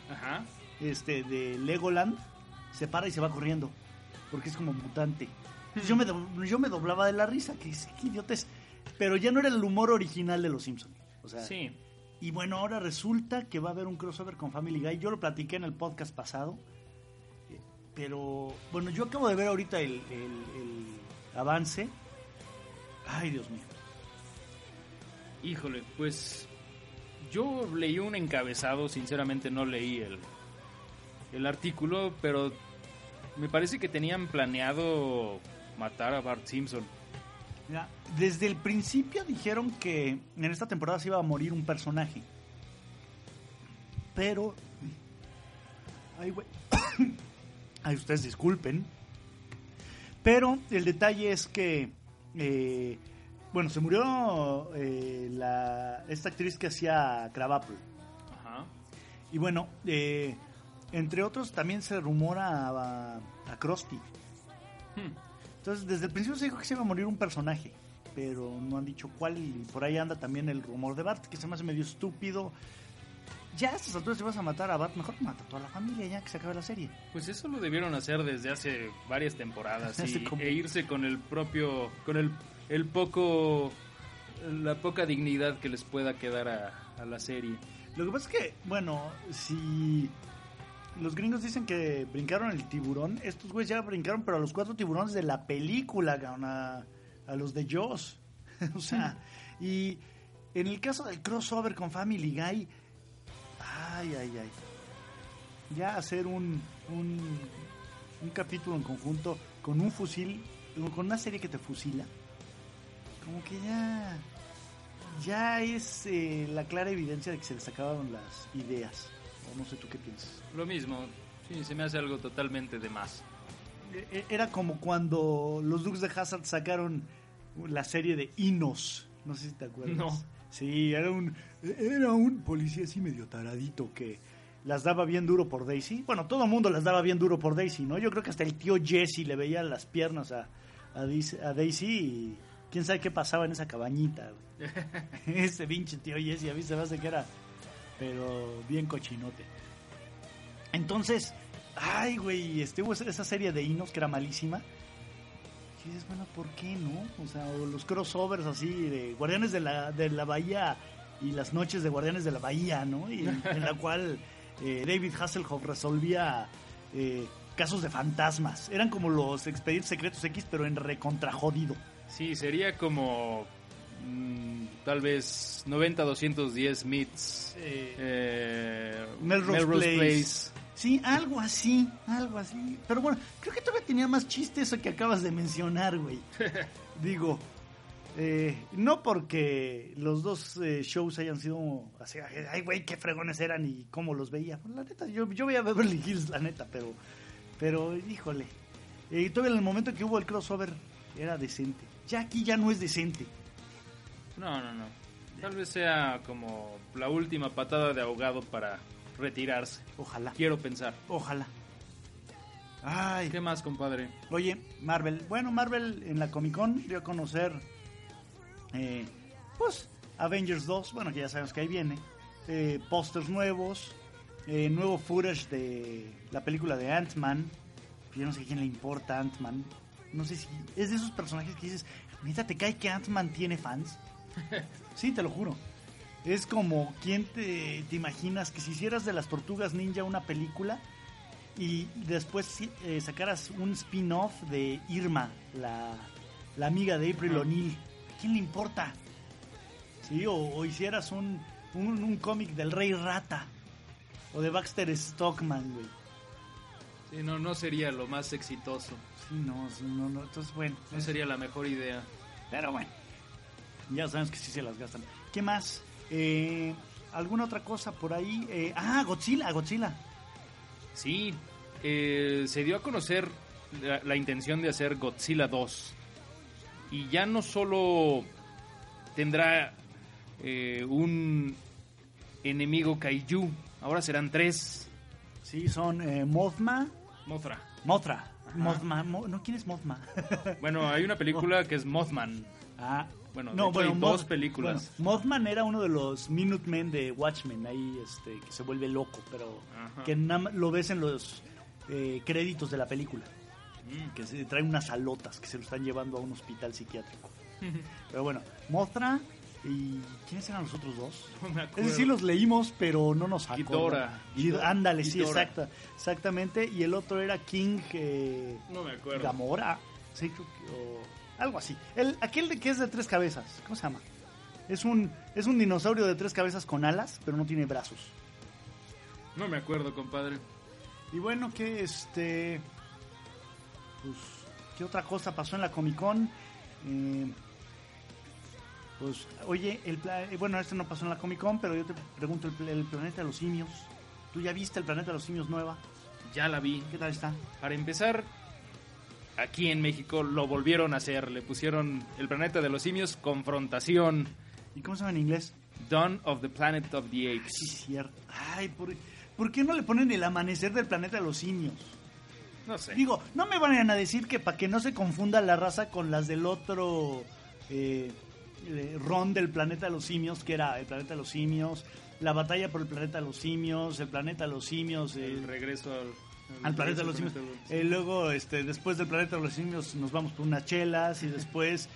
de Legoland, se para y se va corriendo, porque es como mutante. Entonces yo me doblaba de la risa, que idiotes, pero ya no era el humor original de Los Simpsons. O sea, sí. Y bueno, ahora resulta que va a haber un crossover con Family Guy. Yo lo platiqué en el podcast pasado, pero bueno, yo acabo de ver ahorita el avance. Ay, Dios mío. Híjole, pues yo leí un encabezado, sinceramente no leí el artículo, pero me parece que tenían planeado matar a Bart Simpson. Mira, desde el principio dijeron que en esta temporada se iba a morir un personaje. Pero... Ay, güey. Ay, ustedes disculpen. Pero el detalle es que... bueno, se murió esta actriz que hacía Krabappel. Ajá. Y bueno, entre otros también se rumora a Krusty. Entonces, desde el principio se dijo que se iba a morir un personaje, pero no han dicho cuál, y por ahí anda también el rumor de Bart, que se me hace medio estúpido. Ya a estas alturas, si vas a matar a Bart, mejor mata a toda la familia ya que se acabe la serie. Pues eso lo debieron hacer desde hace varias temporadas e irse con el propio, con la poca dignidad que les pueda quedar a la serie. Lo que pasa es que, bueno, si los gringos dicen que brincaron el tiburón, estos güeyes ya brincaron, pero a los 4 tiburones de la película, a los de Jaws. O sea, y en el caso del crossover con Family Guy, ay. Ya hacer un capítulo en conjunto con un fusil, con una serie que te fusila, como que ya es la clara evidencia de que se les acabaron las ideas. O no sé tú qué piensas. Lo mismo, sí, se me hace algo totalmente de más. Era como cuando los Dukes de Hazzard sacaron la serie de Inos. No sé si te acuerdas. No. Sí, era un policía así medio taradito que las daba bien duro por Daisy. Bueno, todo el mundo las daba bien duro por Daisy, ¿no? Yo creo que hasta el tío Jesse le veía las piernas a Daisy y quién sabe qué pasaba en esa cabañita. Ese pinche tío Jesse a mí se me hace que era, pero bien cochinote. Entonces, ay, güey, hubo esa serie de Inos que era malísima. Y dices, bueno, ¿por qué no? O sea, los crossovers así de Guardianes de la Bahía y las noches de Guardianes de la Bahía, ¿no? Y en la cual David Hasselhoff resolvía casos de fantasmas. Eran como los Expedientes Secretos X, pero en recontrajodido. Sí, sería como tal vez 90-210 meets Melrose Place. Sí, algo así. Pero bueno, creo que todavía tenía más chiste eso que acabas de mencionar, güey. Digo, no porque los dos shows hayan sido así, ay, güey, qué fregones eran y cómo los veía. Pues, la neta, yo veía Beverly Hills, la neta, pero híjole. Todavía en el momento que hubo el crossover era decente. Ya aquí ya no es decente. No. Tal vez sea como la última patada de ahogado para retirarse. Ojalá. Quiero pensar. Ojalá. Ay. ¿Qué más, compadre? Oye, Marvel. Bueno, Marvel en la Comic Con dio a conocer pues Avengers 2. Bueno, que ya sabemos que ahí viene. Pósters nuevos. Nuevo footage de la película de Ant-Man. yo no sé a quién le importa Ant-Man. No sé si es de esos personajes que dices, ¿neta te cae que Ant-Man tiene fans? Sí, te lo juro. Es como quien te imaginas que si hicieras de las Tortugas Ninja una película y después sacaras un spin-off de Irma, la amiga de April O'Neil. ¿A quién le importa? Sí, o hicieras un cómic del Rey Rata o de Baxter Stockman, güey. Sí, no sería lo más exitoso. Sí, no, entonces bueno. No sería la mejor idea. Pero bueno, ya sabemos que sí se las gastan. ¿Qué más? ¿Alguna otra cosa por ahí? Godzilla. Sí, se dio a conocer la intención de hacer Godzilla 2. Y ya no solo tendrá un enemigo kaiju, ahora serán 3. Sí, son Mothra. Ajá. ¿No? ¿Quién es Mothra? Bueno, hay una película que es Mothman. Bueno, de hecho hay 2 películas. Bueno, Mothman era uno de los Minutemen de Watchmen, ahí que se vuelve loco, pero Ajá. que lo ves en los créditos de la película. Que se trae unas alotas que se lo están llevando a un hospital psiquiátrico. Pero bueno, Mothra y... ¿quiénes eran los otros dos? No me acuerdo. Es decir, los leímos, pero no nos Ghidorah. Ándale, sí, Ghidorah. exactamente. Y el otro era King... No me acuerdo. Gamora. Sí, creo que... o algo así. Aquel que es de 3 cabezas. ¿Cómo se llama? Es un dinosaurio de 3 cabezas con alas, pero no tiene brazos. No me acuerdo, compadre. Y bueno, que pues, ¿qué otra cosa pasó en la Comic Con? Pues, oye, bueno, no pasó en la Comic Con, pero yo te pregunto, el Planeta de los Simios. ¿Tú ya viste el Planeta de los Simios nueva? Ya la vi. ¿Qué tal está? Para empezar, aquí en México lo volvieron a hacer. Le pusieron el Planeta de los Simios Confrontación. ¿Y cómo se llama en inglés? Dawn of the Planet of the Apes. Sí, cierto. Ay, ¿por qué no le ponen el amanecer del Planeta de los Simios? No sé. Digo, no me van a decir que para que no se confunda la raza con las del otro ron del Planeta de los Simios, que era el Planeta de los Simios, la batalla por el Planeta de los Simios, el Planeta de los Simios, El regreso al Planeta de los Simios. Luego, después del Planeta de los Simios nos vamos por unas chelas y después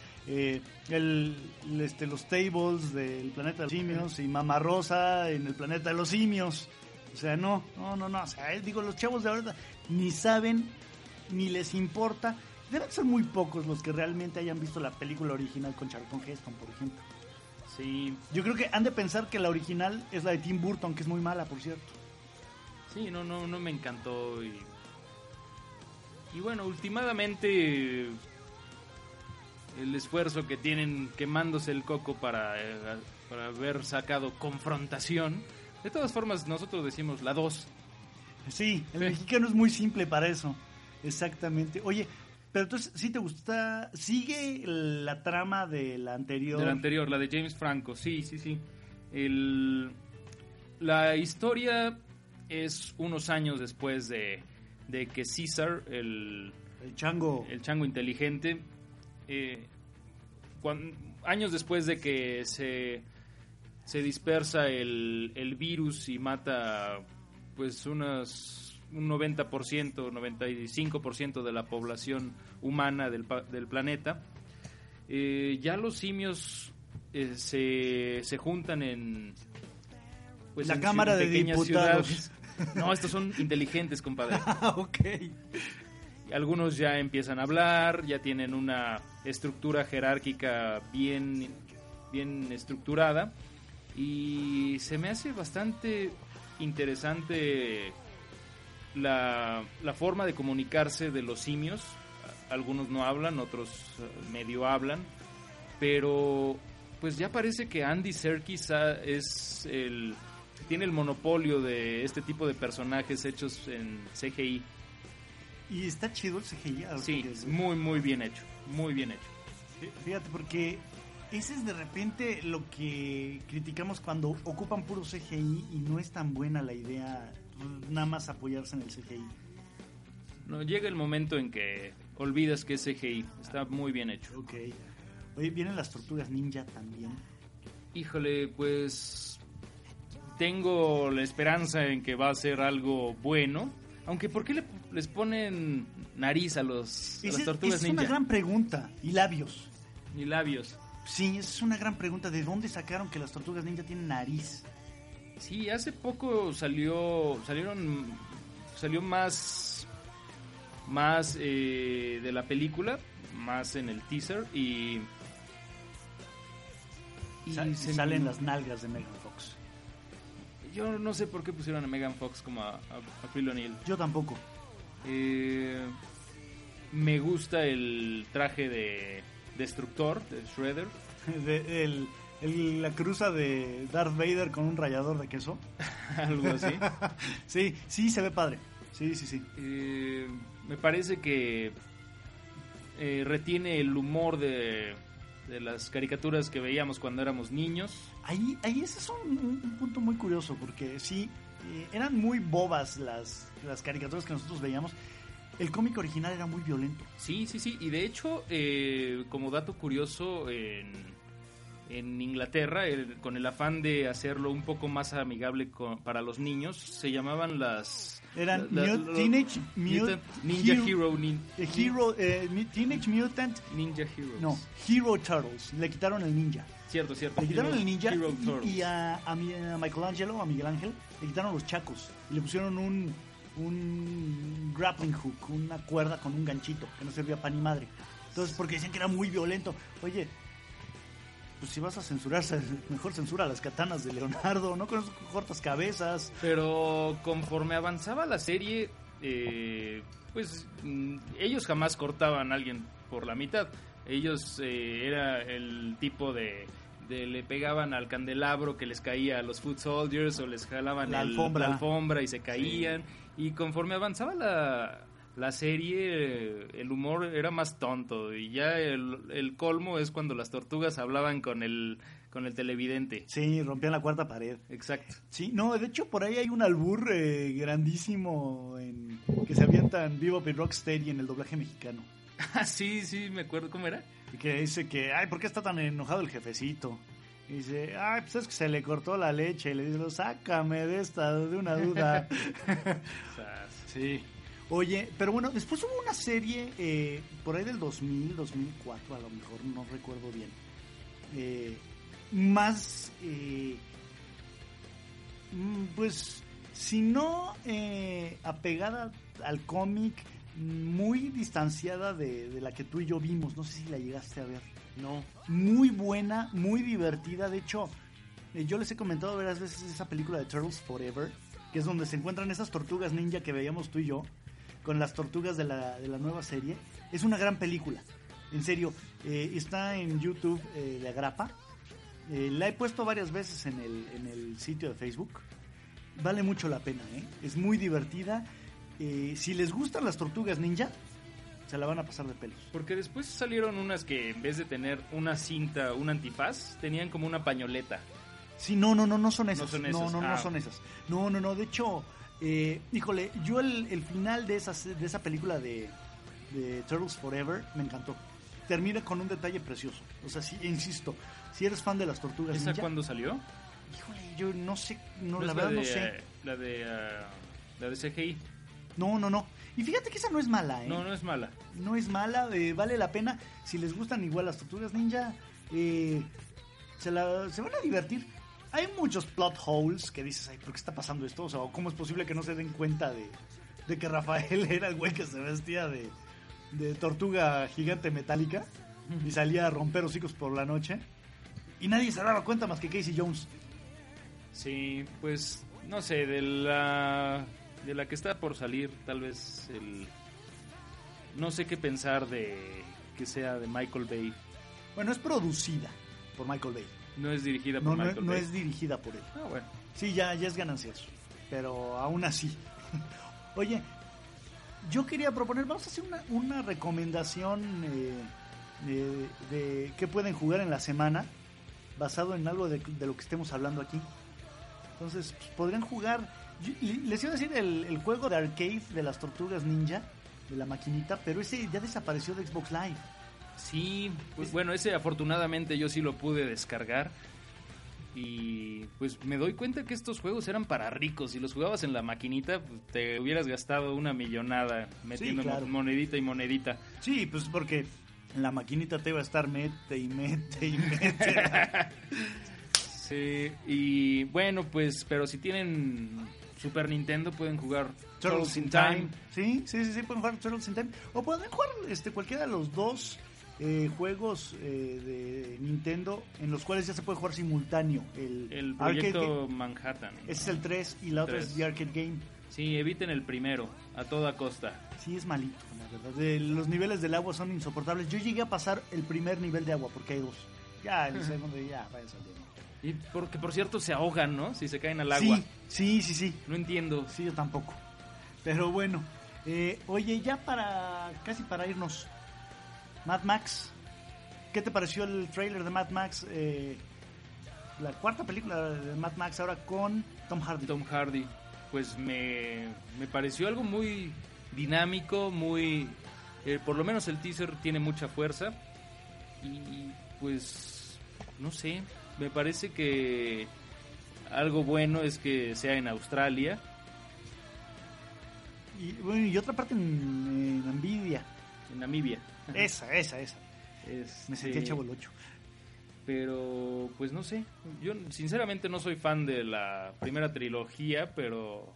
los tables del Planeta de los Simios y Mamá Rosa en el Planeta de los Simios. O sea, no. O sea, digo, los chavos de ahorita ni saben, ni les importa. Deben ser muy pocos los que realmente hayan visto la película original con Charlton Heston, por ejemplo. Sí. Yo creo que han de pensar que la original es la de Tim Burton, que es muy mala, por cierto. Sí, no me encantó. Y bueno, últimamente el esfuerzo que tienen quemándose el coco para haber sacado Confrontación. De todas formas, nosotros decimos la 2. Sí, el mexicano es muy simple para eso. Exactamente. Oye, pero entonces, ¿sí te gusta? ¿Sigue la trama de la anterior? De la anterior, la de James Franco, sí. La historia es unos años después de que César, el chango inteligente, años después de que se dispersa el virus y mata pues un 90%, 95% de la población humana del planeta, ya los simios se juntan en la Cámara de Diputados. Ciudades. No, estos son inteligentes, compadre. Ok. Algunos ya empiezan a hablar, ya tienen una estructura jerárquica bien estructurada. Y se me hace bastante interesante la forma de comunicarse de los simios. Algunos no hablan, otros medio hablan. Pero pues ya parece que Andy Serkis tiene el monopolio de este tipo de personajes hechos en CGI. Y está chido el CGI. Sí, muy bien hecho, muy bien hecho. Fíjate, porque ese es de repente lo que criticamos cuando ocupan puro CGI y no es tan buena la idea nada más apoyarse en el CGI. No, llega el momento en que olvidas que es CGI, está muy bien hecho. Ok. Oye, ¿vienen las Tortugas Ninja también? Híjole, pues tengo la esperanza en que va a ser algo bueno. Aunque, ¿por qué les ponen nariz a las tortugas es ninja? una gran pregunta. Y labios. Ni labios. Sí, esa es una gran pregunta. ¿De dónde sacaron que las tortugas ninja tienen nariz? Sí, hace poco salió más de la película, más en el teaser y Salen las nalgas de Megan Fox. Yo no sé por qué pusieron a Megan Fox como a April O'Neil. Yo tampoco. Me gusta el traje de Destructor, de Shredder. La cruza de Darth Vader con un rallador de queso. Algo así. sí, se ve padre. Sí. Me parece que retiene el humor de las caricaturas que veíamos cuando éramos niños. Ahí ese es un punto muy curioso, porque sí, eran muy bobas las caricaturas que nosotros veíamos. El cómic original era muy violento. Sí, y de hecho, como dato curioso, en Inglaterra, con el afán de hacerlo un poco más amigable para los niños, se llamaban Eran Teenage Mutant Ninja Hero Teenage Mutant Ninja Heroes. No, Hero Turtles. Le quitaron el ninja. Cierto. Le quitaron el ninja Hero Turtles. y a Michelangelo, a Miguel Ángel, le quitaron los chacos y le pusieron un grappling hook, una cuerda con un ganchito que no servía para ni madre. Entonces, porque decían que era muy violento. Oye, pues si vas a censurarse, mejor censura las katanas de Leonardo, no con esos cortas cabezas. Pero conforme avanzaba la serie, pues ellos jamás cortaban a alguien por la mitad. Ellos era el tipo de le pegaban al candelabro que les caía a los Foot Soldiers, o les jalaban la alfombra y se caían. Sí. Y conforme avanzaba la serie, el humor era más tonto, y ya el colmo es cuando las tortugas hablaban con el televidente. Sí, rompían la cuarta pared. Exacto. Sí, no, de hecho por ahí hay un albur grandísimo que se avientan Bebop y Rocksteady en el doblaje mexicano. Sí, me acuerdo. ¿Cómo era? Que dice que, ¿por qué está tan enojado el jefecito? Y dice, pues es que se le cortó la leche. Y le dice, sácame de una duda. Sí. Oye, pero bueno, después hubo una serie por ahí del 2000, 2004, a lo mejor, no recuerdo bien. Más, pues, si no apegada al cómic, muy distanciada de la que tú y yo vimos. No sé si la llegaste a ver. No. Muy buena, muy divertida. De hecho, yo les he comentado varias veces esa película de Turtles Forever, que es donde se encuentran esas tortugas ninja que veíamos tú y yo, con las tortugas de la nueva serie. Es una gran película, en serio. Está en YouTube de Agrapa. La he puesto varias veces en el sitio de Facebook. Vale mucho la pena, es muy divertida. Si les gustan las tortugas ninja, se la van a pasar de pelos. Porque después salieron unas que en vez de tener una cinta, un antifaz, tenían como una pañoleta. Sí, no son esas. No son esas. No, de hecho, híjole, yo el final de esa película de Turtles Forever me encantó. Termina con un detalle precioso. O sea, sí, insisto, si eres fan de las tortugas ninja. ¿Esa cuándo salió? Híjole, yo no sé, la verdad no sé. La de CGI. No. Y fíjate que esa no es mala, No es mala. No es mala, vale la pena. Si les gustan igual las tortugas ninja, se van a divertir. Hay muchos plot holes que dices, ¿por qué está pasando esto? O sea, ¿cómo es posible que no se den cuenta de que Rafael era el güey que se vestía de tortuga gigante metálica y salía a romper hocicos por la noche? Y nadie se daba cuenta más que Casey Jones. Sí, pues, no sé, de la que está por salir, tal vez no sé qué pensar de que sea de Michael Bay. Bueno, es producida por Michael Bay. No es dirigida por Michael Bay. No es dirigida por él. Bueno. Sí, ya es ganancioso, pero aún así. Oye, yo quería proponer, vamos a hacer una recomendación de qué pueden jugar en la semana, basado en algo de lo que estemos hablando aquí. Entonces, pues, podrían jugar. Les iba a decir el juego de arcade de las tortugas ninja, de la maquinita, pero ese ya desapareció de Xbox Live. Sí, pues bueno, ese afortunadamente yo sí lo pude descargar. Y pues me doy cuenta que estos juegos eran para ricos. Si los jugabas en la maquinita, pues, te hubieras gastado una millonada metiendo claro. monedita y monedita. Sí, pues porque la maquinita te iba a estar mete y mete y mete. Sí, y bueno, pues, pero si tienen Super Nintendo pueden jugar Turtles in Time. Sí, pueden jugar Turtles in Time. O pueden jugar cualquiera de los dos juegos de Nintendo en los cuales ya se puede jugar simultáneo. El proyecto Manhattan. Ese es el 3 y la otra es The Arcade Game. Sí, eviten el primero, a toda costa. Sí, es malito, la verdad. Los niveles del agua son insoportables. Yo llegué a pasar el primer nivel de agua porque hay dos. Ya, el segundo ya, vaya saliendo. Y porque, por cierto, se ahogan, ¿no? Si se caen al agua. Sí. No entiendo. Sí, yo tampoco. Pero bueno, oye, ya casi para irnos, Mad Max, ¿qué te pareció el trailer de Mad Max? La cuarta película de Mad Max ahora con Tom Hardy. Tom Hardy, pues me pareció algo muy dinámico, muy... por lo menos el teaser tiene mucha fuerza y pues, no sé, me parece que algo bueno es que sea en Australia. Y bueno, y otra parte en Namibia. En Namibia. Esa. Me sentía Chavo el 8. Pero, pues no sé. Yo sinceramente no soy fan de la primera trilogía, pero...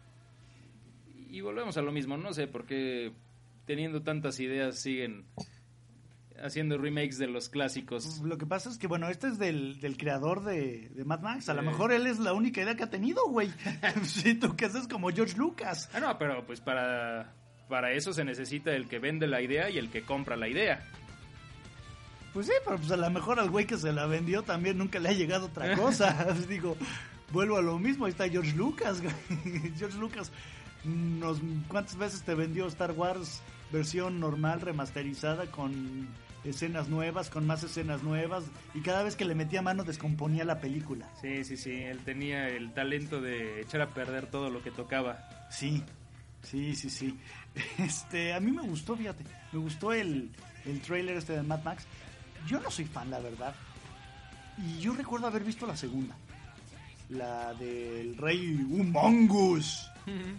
Y volvemos a lo mismo. No sé por qué teniendo tantas ideas siguen haciendo remakes de los clásicos. Lo que pasa es que, bueno, este es del creador de Mad Max. A lo mejor él es la única idea que ha tenido, güey. Sí, tú que haces como George Lucas. Ah, no, pero pues para eso se necesita el que vende la idea y el que compra la idea. Pues sí, pero pues a lo mejor al güey que se la vendió también nunca le ha llegado otra cosa. Digo, vuelvo a lo mismo, ahí está George Lucas, güey. George Lucas, ¿cuántas veces te vendió Star Wars versión normal, remasterizada, con escenas nuevas, con más escenas nuevas? Y cada vez que le metía mano descomponía la película. Sí, él tenía el talento de echar a perder todo lo que tocaba. Sí. A mí me gustó, fíjate, me gustó el trailer de Mad Max. Yo no soy fan, la verdad. Y yo recuerdo haber visto la segunda, la del Rey Humongous.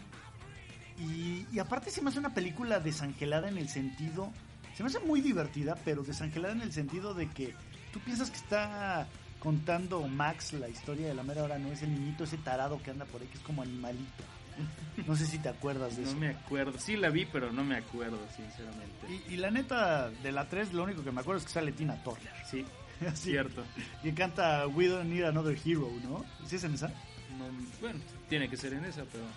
Y aparte se me hace una película desangelada en el sentido... Se me hace muy divertida, pero desangelada en el sentido de que tú piensas que está contando Max la historia de la mera hora, no es el niñito ese tarado que anda por ahí, que es como animalito. No sé si te acuerdas de eso. No me acuerdo, sí la vi, pero no me acuerdo, sinceramente. Y la neta, de la 3, lo único que me acuerdo es que sale Tina Turner. Sí, así, cierto. Y canta We Don't Need Another Hero, ¿no? ¿Sí es en esa? No, bueno, tiene que ser en esa, pero...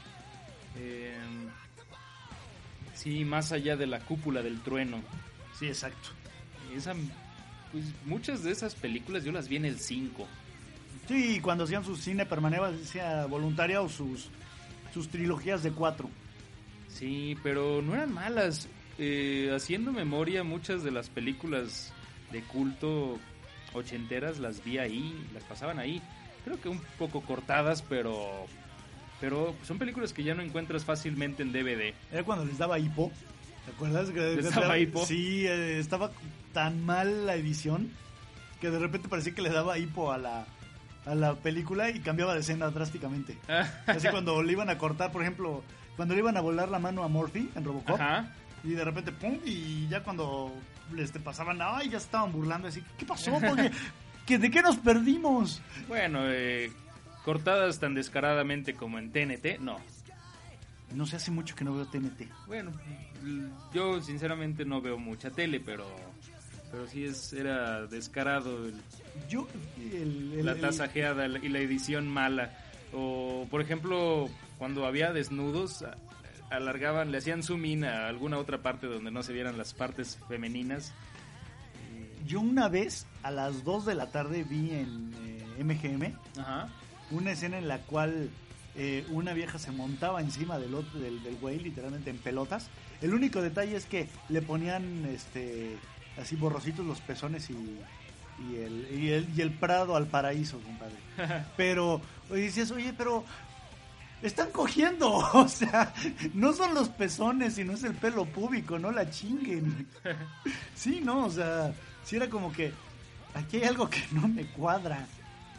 sí, más allá de la cúpula del trueno. Sí, exacto. Pues muchas de esas películas yo las vi en el 5. Sí, cuando hacían su cine permanencia voluntaria o sus trilogías de 4. Sí, pero no eran malas. Haciendo memoria, muchas de las películas de culto ochenteras las vi ahí, las pasaban ahí. Creo que un poco cortadas, pero son películas que ya no encuentras fácilmente en DVD. Era cuando les daba hipo. ¿Te acuerdas? ¿Les daba hipo? Sí, estaba tan mal la edición que de repente parecía que le daba hipo a la película y cambiaba de escena drásticamente. Así cuando le iban a cortar, por ejemplo, cuando le iban a volar la mano a Murphy en Robocop. Ajá. Y de repente, pum, y ya cuando pasaban, ay, ya se estaban burlando, así, ¿qué pasó? ¿De qué nos perdimos? Bueno, cortadas tan descaradamente como en TNT, no. No sé, hace mucho que no veo TNT. Bueno, yo sinceramente no veo mucha tele, pero sí era descarado la tasajeada y la edición mala. O, por ejemplo, cuando había desnudos, alargaban, le hacían zoom in a alguna otra parte donde no se vieran las partes femeninas. Yo una vez, a las 2 de la tarde, vi en MGM una escena en la cual una vieja se montaba encima del güey, literalmente en pelotas. El único detalle es que le ponían así borrositos los pezones y el Prado al paraíso, compadre. Pero dices, oye, pero están cogiendo, o sea, no son los pezones, sino es el pelo púbico, no la chinguen. Sí, no, o sea, sí era como que aquí hay algo que no me cuadra.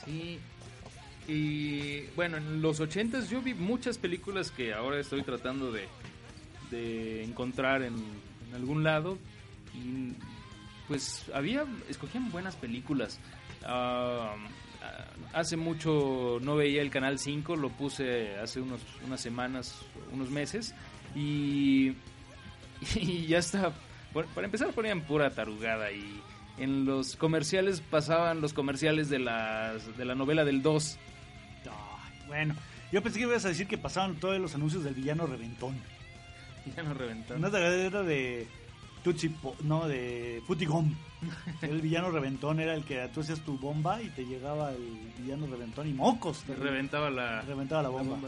Sí. Y bueno, en los 80s yo vi muchas películas que ahora estoy tratando de encontrar en algún lado. Y pues escogían buenas películas. Hace mucho no veía el Canal 5, lo puse hace unas semanas, unos meses. Y ya está. Para empezar ponían pura tarugada y en los comerciales pasaban los comerciales de la novela del 2. Ay, bueno, yo pensé que ibas a decir que pasaban todos los anuncios del villano Reventón. Villano Reventón. Una era de de Futigom. El villano Reventón era el que tú hacías tu bomba y te llegaba el villano Reventón y mocos. Te reventaba la bomba.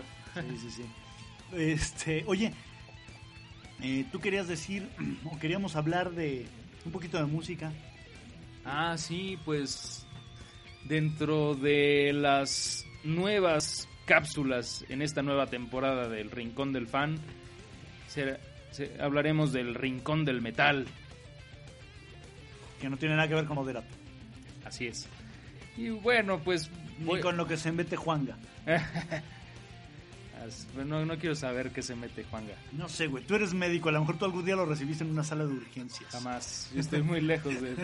Sí. Oye, tú querías decir, o queríamos hablar de un poquito de música. Ah, sí, pues dentro de las nuevas cápsulas en esta nueva temporada del Rincón del Fan, hablaremos del Rincón del Metal. Que no tiene nada que ver con Moderato. Así es. Y bueno, pues... Ni con lo que se mete Juanga. No quiero saber qué se mete Juanga. No sé, güey, tú eres médico, a lo mejor tú algún día lo recibiste en una sala de urgencias. Jamás, yo estoy muy lejos de...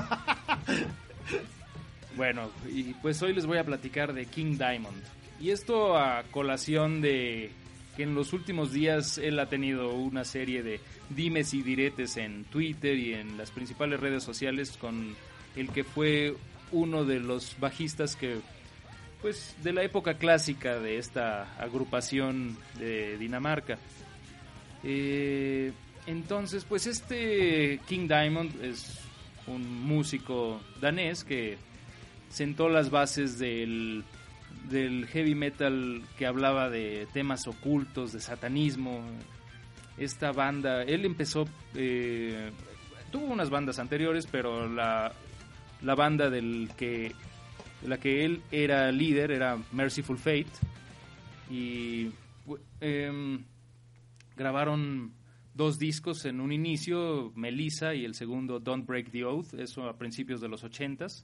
Bueno, y pues hoy les voy a platicar de King Diamond. Y esto a colación de que en los últimos días él ha tenido una serie de dimes y diretes en Twitter y en las principales redes sociales con el que fue uno de los bajistas que... pues de la época clásica de esta agrupación de Dinamarca. Entonces, pues este King Diamond es un músico danés que sentó las bases del heavy metal que hablaba de temas ocultos, de satanismo. Esta banda, él empezó, tuvo unas bandas anteriores, pero la banda de la que él era líder era Merciful Fate y grabaron 2 discos en un inicio, Melissa y el segundo Don't Break the Oath, eso a principios de los 80s.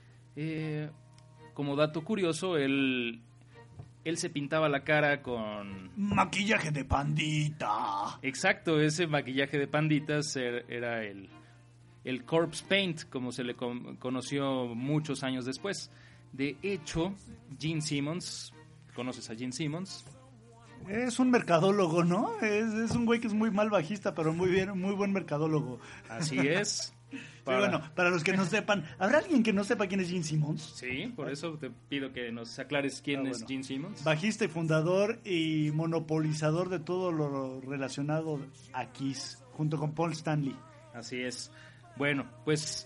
Como dato curioso, él se pintaba la cara con... maquillaje de pandita. Exacto, ese maquillaje de panditas era el corpse paint, como se le conoció muchos años después. De hecho, Gene Simmons, ¿conoces a Gene Simmons? Es un mercadólogo, ¿no? Es un güey que es muy mal bajista, pero muy buen mercadólogo. Así es. Sí, bueno, para los que no sepan, ¿habrá alguien que no sepa quién es Gene Simmons? Sí, por eso te pido que nos aclares quién es Gene Simmons. Bajista y fundador y monopolizador de todo lo relacionado a Kiss, junto con Paul Stanley. Así es. Bueno, pues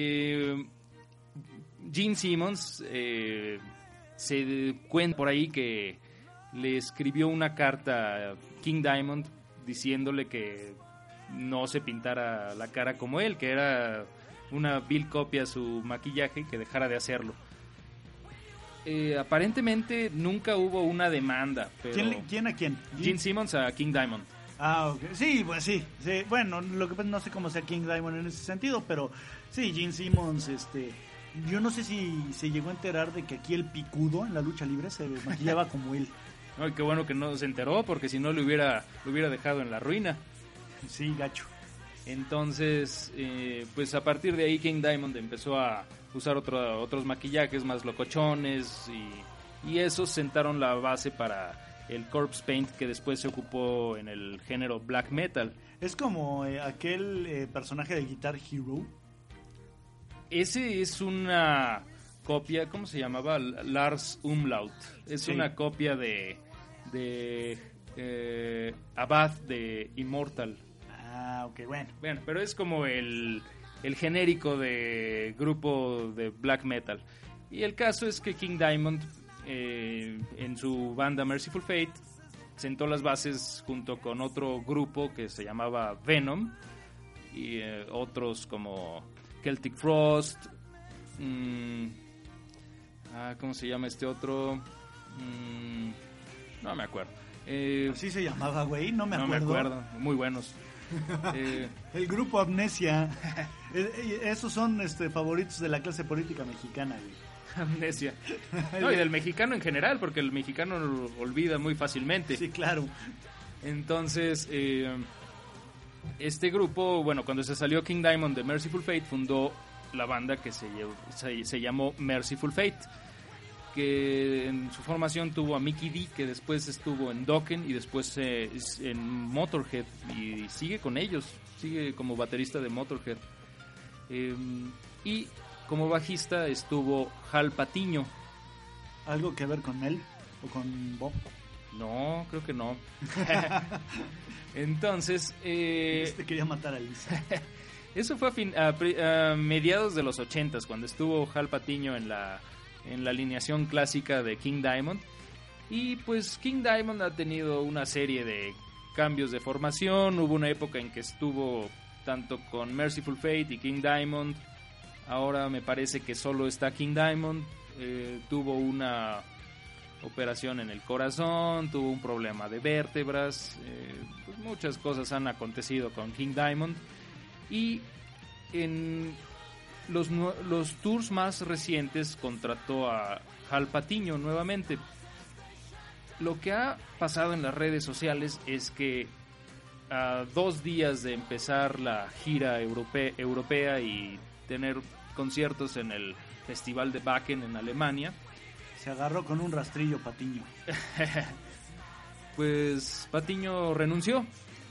Gene Simmons se cuenta por ahí que le escribió una carta a King Diamond diciéndole que no se pintara la cara como él, que era una vil copia su maquillaje y que dejara de hacerlo. Aparentemente nunca hubo una demanda, pero... ¿Quién a quién? Gene Simmons a King Diamond. Ah, ok. Sí, pues sí. Bueno, lo que pasa, no sé cómo sea King Diamond en ese sentido, pero sí, Gene Simmons, yo no sé si se llegó a enterar de que aquí el picudo en la lucha libre se maquillaba como él. Ay, qué bueno que no se enteró, porque si no lo hubiera dejado en la ruina. Sí, gacho. Entonces, pues a partir de ahí King Diamond empezó a usar otros maquillajes más locochones y esos sentaron la base para el corpse paint que después se ocupó en el género black metal. Es como aquel personaje de Guitar Hero. Ese es una copia, ¿cómo se llamaba? Lars Umlaut. Es sí. Una copia de Abad de Immortal. Ah, ok, bueno. Bueno, pero es como el genérico de grupo de black metal. Y el caso es que King Diamond, en su banda Merciful Fate, sentó las bases junto con otro grupo que se llamaba Venom y otros como Celtic Frost. ¿Cómo se llama este otro? No me acuerdo. ¿Así se llamaba, güey? No me acuerdo. No me acuerdo, muy buenos. El grupo Amnesia. Esos son favoritos de la clase política mexicana, güey. Amnesia. No, y del mexicano en general, porque el mexicano lo olvida muy fácilmente. Sí, claro. Entonces, este grupo, bueno, cuando se salió King Diamond de Mercyful Fate, fundó la banda que se llamó Mercyful Fate, que en su formación tuvo a Mickey D, que después estuvo en Dokken y después en Motorhead, y sigue con ellos, sigue como baterista de Motorhead. Y como bajista estuvo Hal Patiño. ¿Algo que ver con Mel o con Bob? No, creo que no. Entonces... quería matar a Lisa. Eso fue a mediados de los 80s, cuando estuvo Hal Patiño en la alineación clásica de King Diamond. Y pues King Diamond ha tenido una serie de cambios de formación. Hubo una época en que estuvo tanto con Mercyful Fate y King Diamond. Ahora me parece que solo está King Diamond. Tuvo una operación en el corazón, tuvo un problema de vértebras. Pues muchas cosas han acontecido con King Diamond. Y en los tours más recientes contrató a Hal Patiño nuevamente. Lo que ha pasado en las redes sociales es que a 2 días de empezar la gira europea y tener conciertos en el Festival de Wacken en Alemania, se agarró con un rastrillo Patiño. Pues Patiño renunció.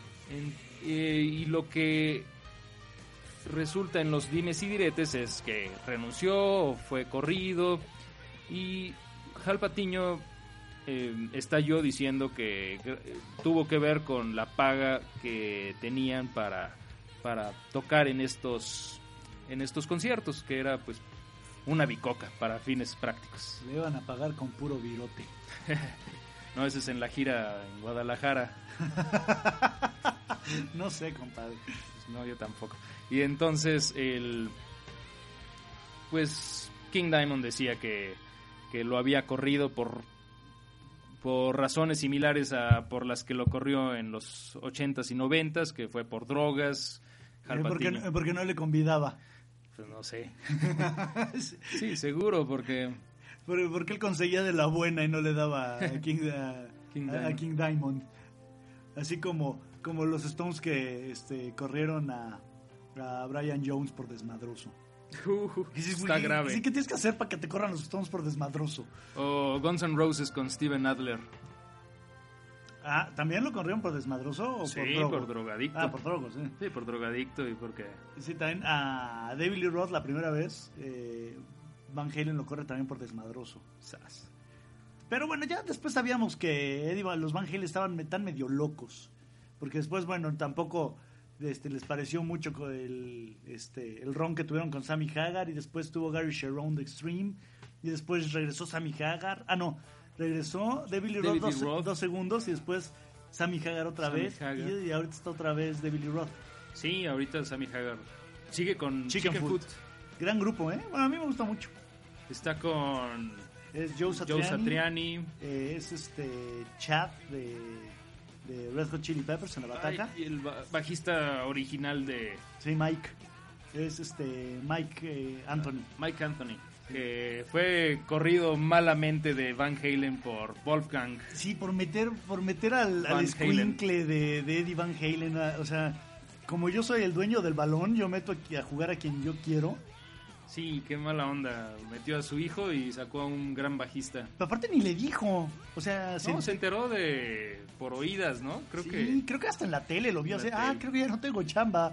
Y lo que resulta en los dimes y diretes es que renunció, fue corrido, y Hal Patiño estalló diciendo que tuvo que ver con la paga que tenían para tocar en estos conciertos, que era pues una bicoca para fines prácticos. Le iban a pagar con puro virote. No, ese es en la gira en Guadalajara. No sé, compadre. Pues no, yo tampoco. Y entonces pues King Diamond decía que lo había corrido por razones similares a por las que lo corrió en los 80s y 90s, que fue por drogas. Porque no le convidaba. Pues no sé. Sí, seguro, porque él conseguía de la buena y no le daba a King Diamond. Así como los Stones que corrieron a Brian Jones por desmadroso. Está grave. ¿Qué tienes que hacer para que te corran los Stones por desmadroso? O Guns N' Roses con Steven Adler. Ah, ¿también lo corrieron por desmadroso o sí, por drogadicto? Ah, por drogos, sí. Sí, por drogadicto y porque... Sí, también a David Lee Roth la primera vez, Van Halen lo corre también por desmadroso. Sas. Pero bueno, ya después sabíamos que los Van Halen estaban tan medio locos. Porque después, bueno, tampoco les pareció mucho el ron que tuvieron con Sammy Hagar. Y después tuvo Gary Cherone de Extreme. Y después regresó Sammy Hagar. Ah, no. Regresó David Lee Roth 2 segundos y después Sammy Hagar otra vez. Y ahorita está otra vez David Lee Roth. Sí, ahorita Sammy Hagar sigue con Chicken Foot. Gran grupo, ¿eh? Bueno, a mí me gusta mucho. Está con... Es Joe Satriani. Es Chad de Red Hot Chili Peppers en la bataca. Y el bajista original de... Sí, Mike. Es Mike Anthony. Mike Anthony. Que fue corrido malamente de Van Halen por Wolfgang. Sí, por meter al escuincle de Eddie Van Halen. O sea, como yo soy el dueño del balón, yo meto a jugar a quien yo quiero. Sí, qué mala onda. Metió a su hijo y sacó a un gran bajista. Pero aparte ni le dijo. O sea, se enteró por oídas, ¿no? Creo que hasta en la tele lo vio. Creo que ya no tengo chamba.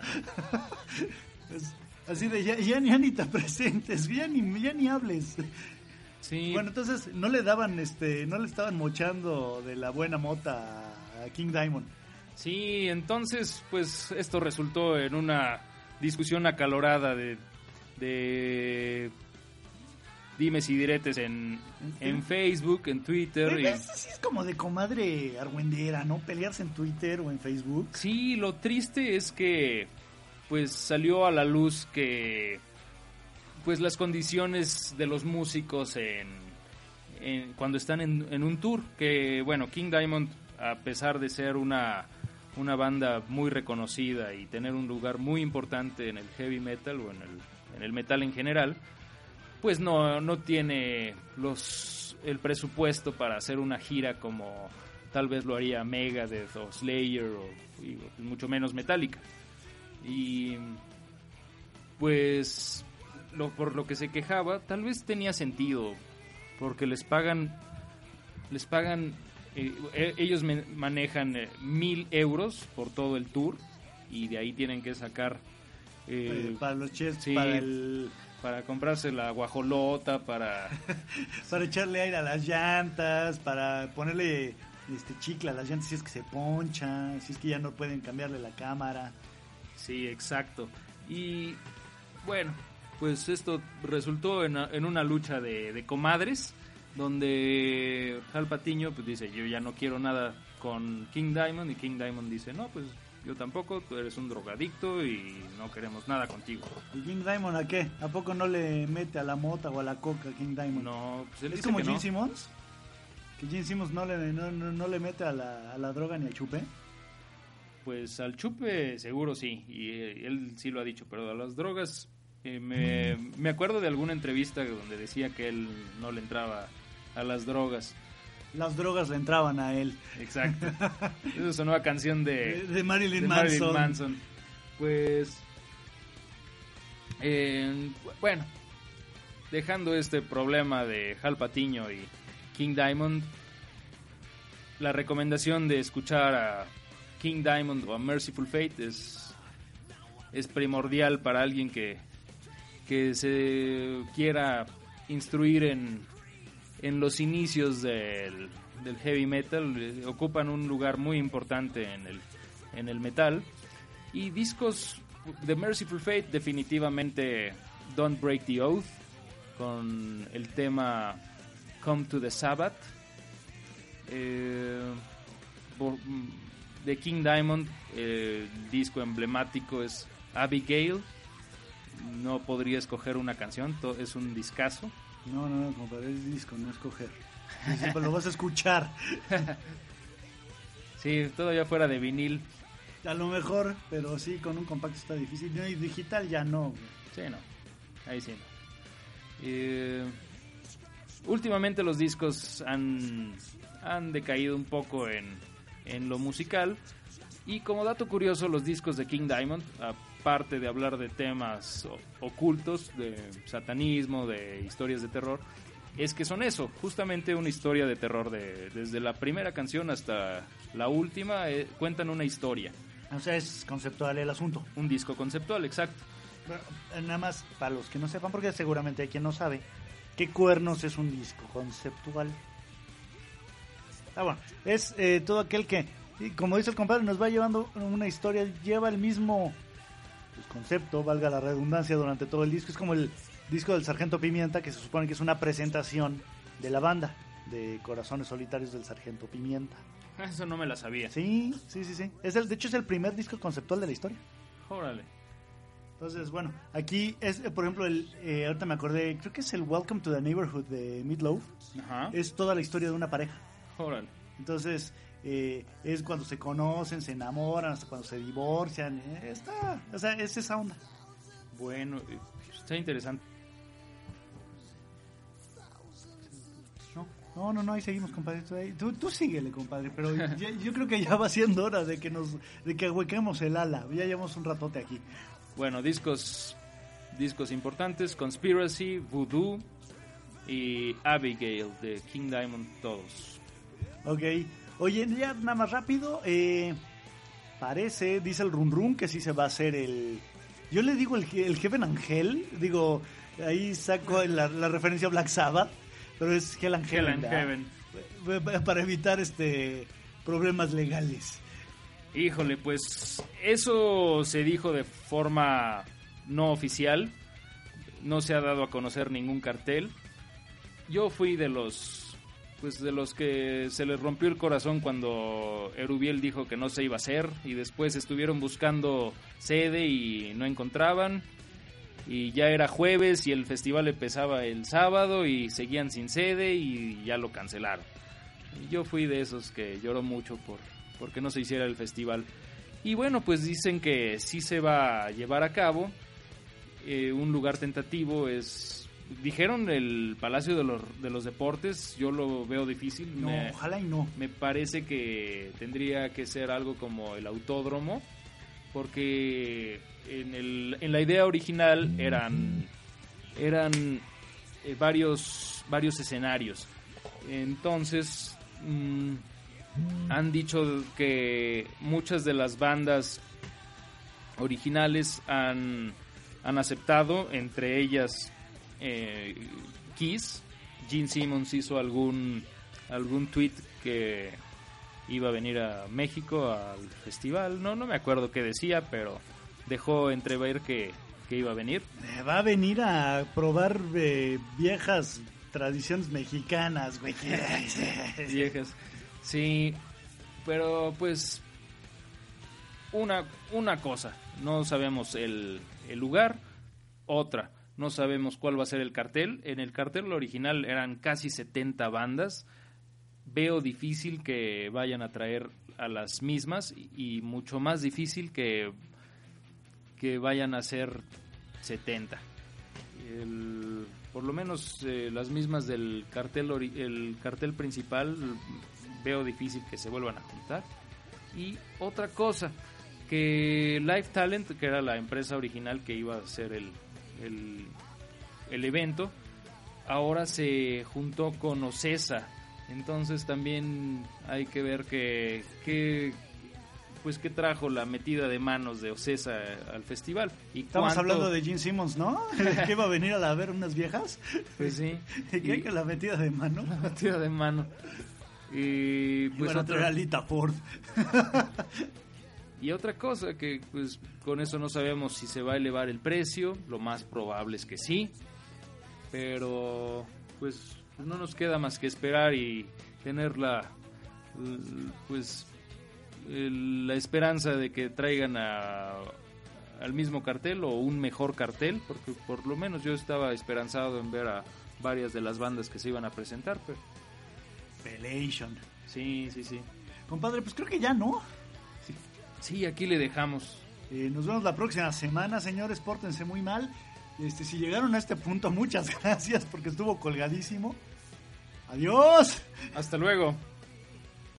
Así de ya ni te presentes, ya ni hables. Sí. Bueno, entonces no le daban no le estaban mochando de la buena mota a King Diamond. Sí, entonces pues esto resultó en una discusión acalorada de dimes y diretes en Facebook, en Twitter. Sí, es como de comadre argüendera, ¿no? Pelearse en Twitter o en Facebook. Sí, lo triste es que pues salió a la luz que pues las condiciones de los músicos cuando están en un tour, que bueno, King Diamond, a pesar de ser una banda muy reconocida y tener un lugar muy importante en el heavy metal o en el metal en general, pues no tiene el presupuesto para hacer una gira como tal vez lo haría Megadeth o Slayer y mucho menos Metallica. Y pues por lo que se quejaba, tal vez tenía sentido, porque les pagan ellos manejan 1,000 euros por todo el tour, y de ahí tienen que sacar para los chefs, sí, para comprarse la guajolota, para echarle aire a las llantas, para ponerle chicle a las llantas si es que se poncha, si es que ya no pueden cambiarle la cámara. Sí, exacto. Y bueno, pues esto resultó en una lucha de comadres, donde Hal Patiño pues dice, yo ya no quiero nada con King Diamond, y King Diamond dice, no, pues yo tampoco, tú eres un drogadicto y no queremos nada contigo. ¿Y King Diamond a qué? ¿A poco no le mete a la mota o a la coca King Diamond? No, pues él es dice como que Gene no. Simmons, que Gene Simmons no le mete a la droga ni al chupe. Pues al chupe seguro sí, y él sí lo ha dicho, pero a las drogas me acuerdo de alguna entrevista donde decía que él no le entraba a las drogas. Las drogas le entraban a él. Exacto. Esa es una nueva canción de Marilyn Marilyn Manson. Manson. Pues bueno, dejando este problema de Hal Patiño y King Diamond, la recomendación de escuchar a King Diamond o a Merciful Fate es primordial para alguien que se quiera instruir en los inicios del heavy metal. Ocupan un lugar muy importante en el metal. Y discos de Merciful Fate, definitivamente Don't Break the Oath, con el tema Come to the Sabbath. De King Diamond, el disco emblemático es Abigail. No podría escoger una canción, es un discazo. No, compadre, es disco, no escoger. Siempre lo vas a escuchar. Sí, todavía fuera de vinil. A lo mejor, pero sí, con un compacto está difícil. No, y digital ya no. Sí, no. Ahí sí no. Últimamente los discos han decaído un poco en lo musical. Y como dato curioso, los discos de King Diamond, aparte de hablar de temas ocultos, de satanismo, de historias de terror, es que son eso, justamente una historia de terror. Desde la primera canción hasta la última, cuentan una historia. O sea, es conceptual el asunto. Un disco conceptual, exacto. Bueno, nada más para los que no sepan, porque seguramente hay quien no sabe, ¿qué cuernos es un disco conceptual? Bueno, es todo aquel que, como dice el compadre, nos va llevando una historia, lleva el mismo concepto, valga la redundancia, durante todo el disco. Es como el disco del Sargento Pimienta, que se supone que es una presentación de la banda de Corazones Solitarios del Sargento Pimienta. Eso no me la sabía. Sí. De hecho es el primer disco conceptual de la historia. Órale. Entonces, bueno, aquí es, por ejemplo, ahorita me acordé, creo que es el Welcome to the Neighborhood de Meat Loaf. Ajá. Es toda la historia de una pareja. Órale. Entonces, es cuando se conocen, se enamoran, hasta cuando se divorcian. O sea, es esa onda. Bueno, está interesante. No, ahí seguimos, compadre. Tú síguele, compadre, pero yo creo que ya va siendo hora de que ahuequemos el ala. Ya llevamos un ratote aquí. Bueno, discos importantes: Conspiracy, Voodoo y Abigail de King Diamond, todos. Ok, oye, ya nada más rápido, parece, dice el Run Run, que sí se va a hacer yo le digo el Heaven and Hell, digo, ahí saco la referencia a Black Sabbath, pero es Hell and Heaven. Para evitar problemas legales. Híjole, pues eso se dijo de forma no oficial, no se ha dado a conocer ningún cartel. Yo fui de los que se les rompió el corazón cuando Erubiel dijo que no se iba a hacer, y después estuvieron buscando sede y no encontraban, y ya era jueves y el festival empezaba el sábado y seguían sin sede y ya lo cancelaron. Y yo fui de esos que lloró mucho porque no se hiciera el festival. Y bueno, pues dicen que sí se va a llevar a cabo. Un lugar tentativo es dijeron el Palacio de los Deportes, yo lo veo difícil. No, ojalá y no. Me parece que tendría que ser algo como el Autódromo, porque en la idea original eran varios escenarios. Entonces han dicho que muchas de las bandas originales han aceptado, entre ellas Kiss. Gene Simmons hizo algún tweet que iba a venir a México al festival, no me acuerdo qué decía, pero dejó entrever que iba a venir. Va a venir a probar viejas tradiciones mexicanas, güey. Viejas, sí, pero pues una cosa, no sabemos el lugar, otra, no sabemos cuál va a ser el cartel. En el cartel original eran casi 70 bandas. Veo difícil que vayan a traer a las mismas y mucho más difícil que vayan a ser 70. Por lo menos las mismas del cartel, el cartel principal, veo difícil que se vuelvan a juntar. Y otra cosa, que Live Talent, que era la empresa original que iba a hacer el evento, ahora se juntó con Ocesa. Entonces también hay que ver qué trajo la metida de manos de Ocesa al festival. Estamos hablando de Gene Simmons, ¿no? ¿Que iba a venir a ver unas viejas? Pues sí. ¿Qué? ¿Que la metida de mano? La metida de mano. Y pues iban a traer a Lita Ford. Y otra cosa, que pues con eso no sabemos si se va a elevar el precio. Lo más probable es que sí. Pero pues no nos queda más que esperar y tener la esperanza de que traigan al mismo cartel o un mejor cartel, porque por lo menos yo estaba esperanzado en ver a varias de las bandas que se iban a presentar. Pero... Pelation. Sí. Compadre, pues creo que ya, ¿no? Sí, aquí le dejamos. Nos vemos la próxima semana, señores, pórtense muy mal. Si llegaron a este punto, muchas gracias porque estuvo colgadísimo. Adiós. Hasta luego.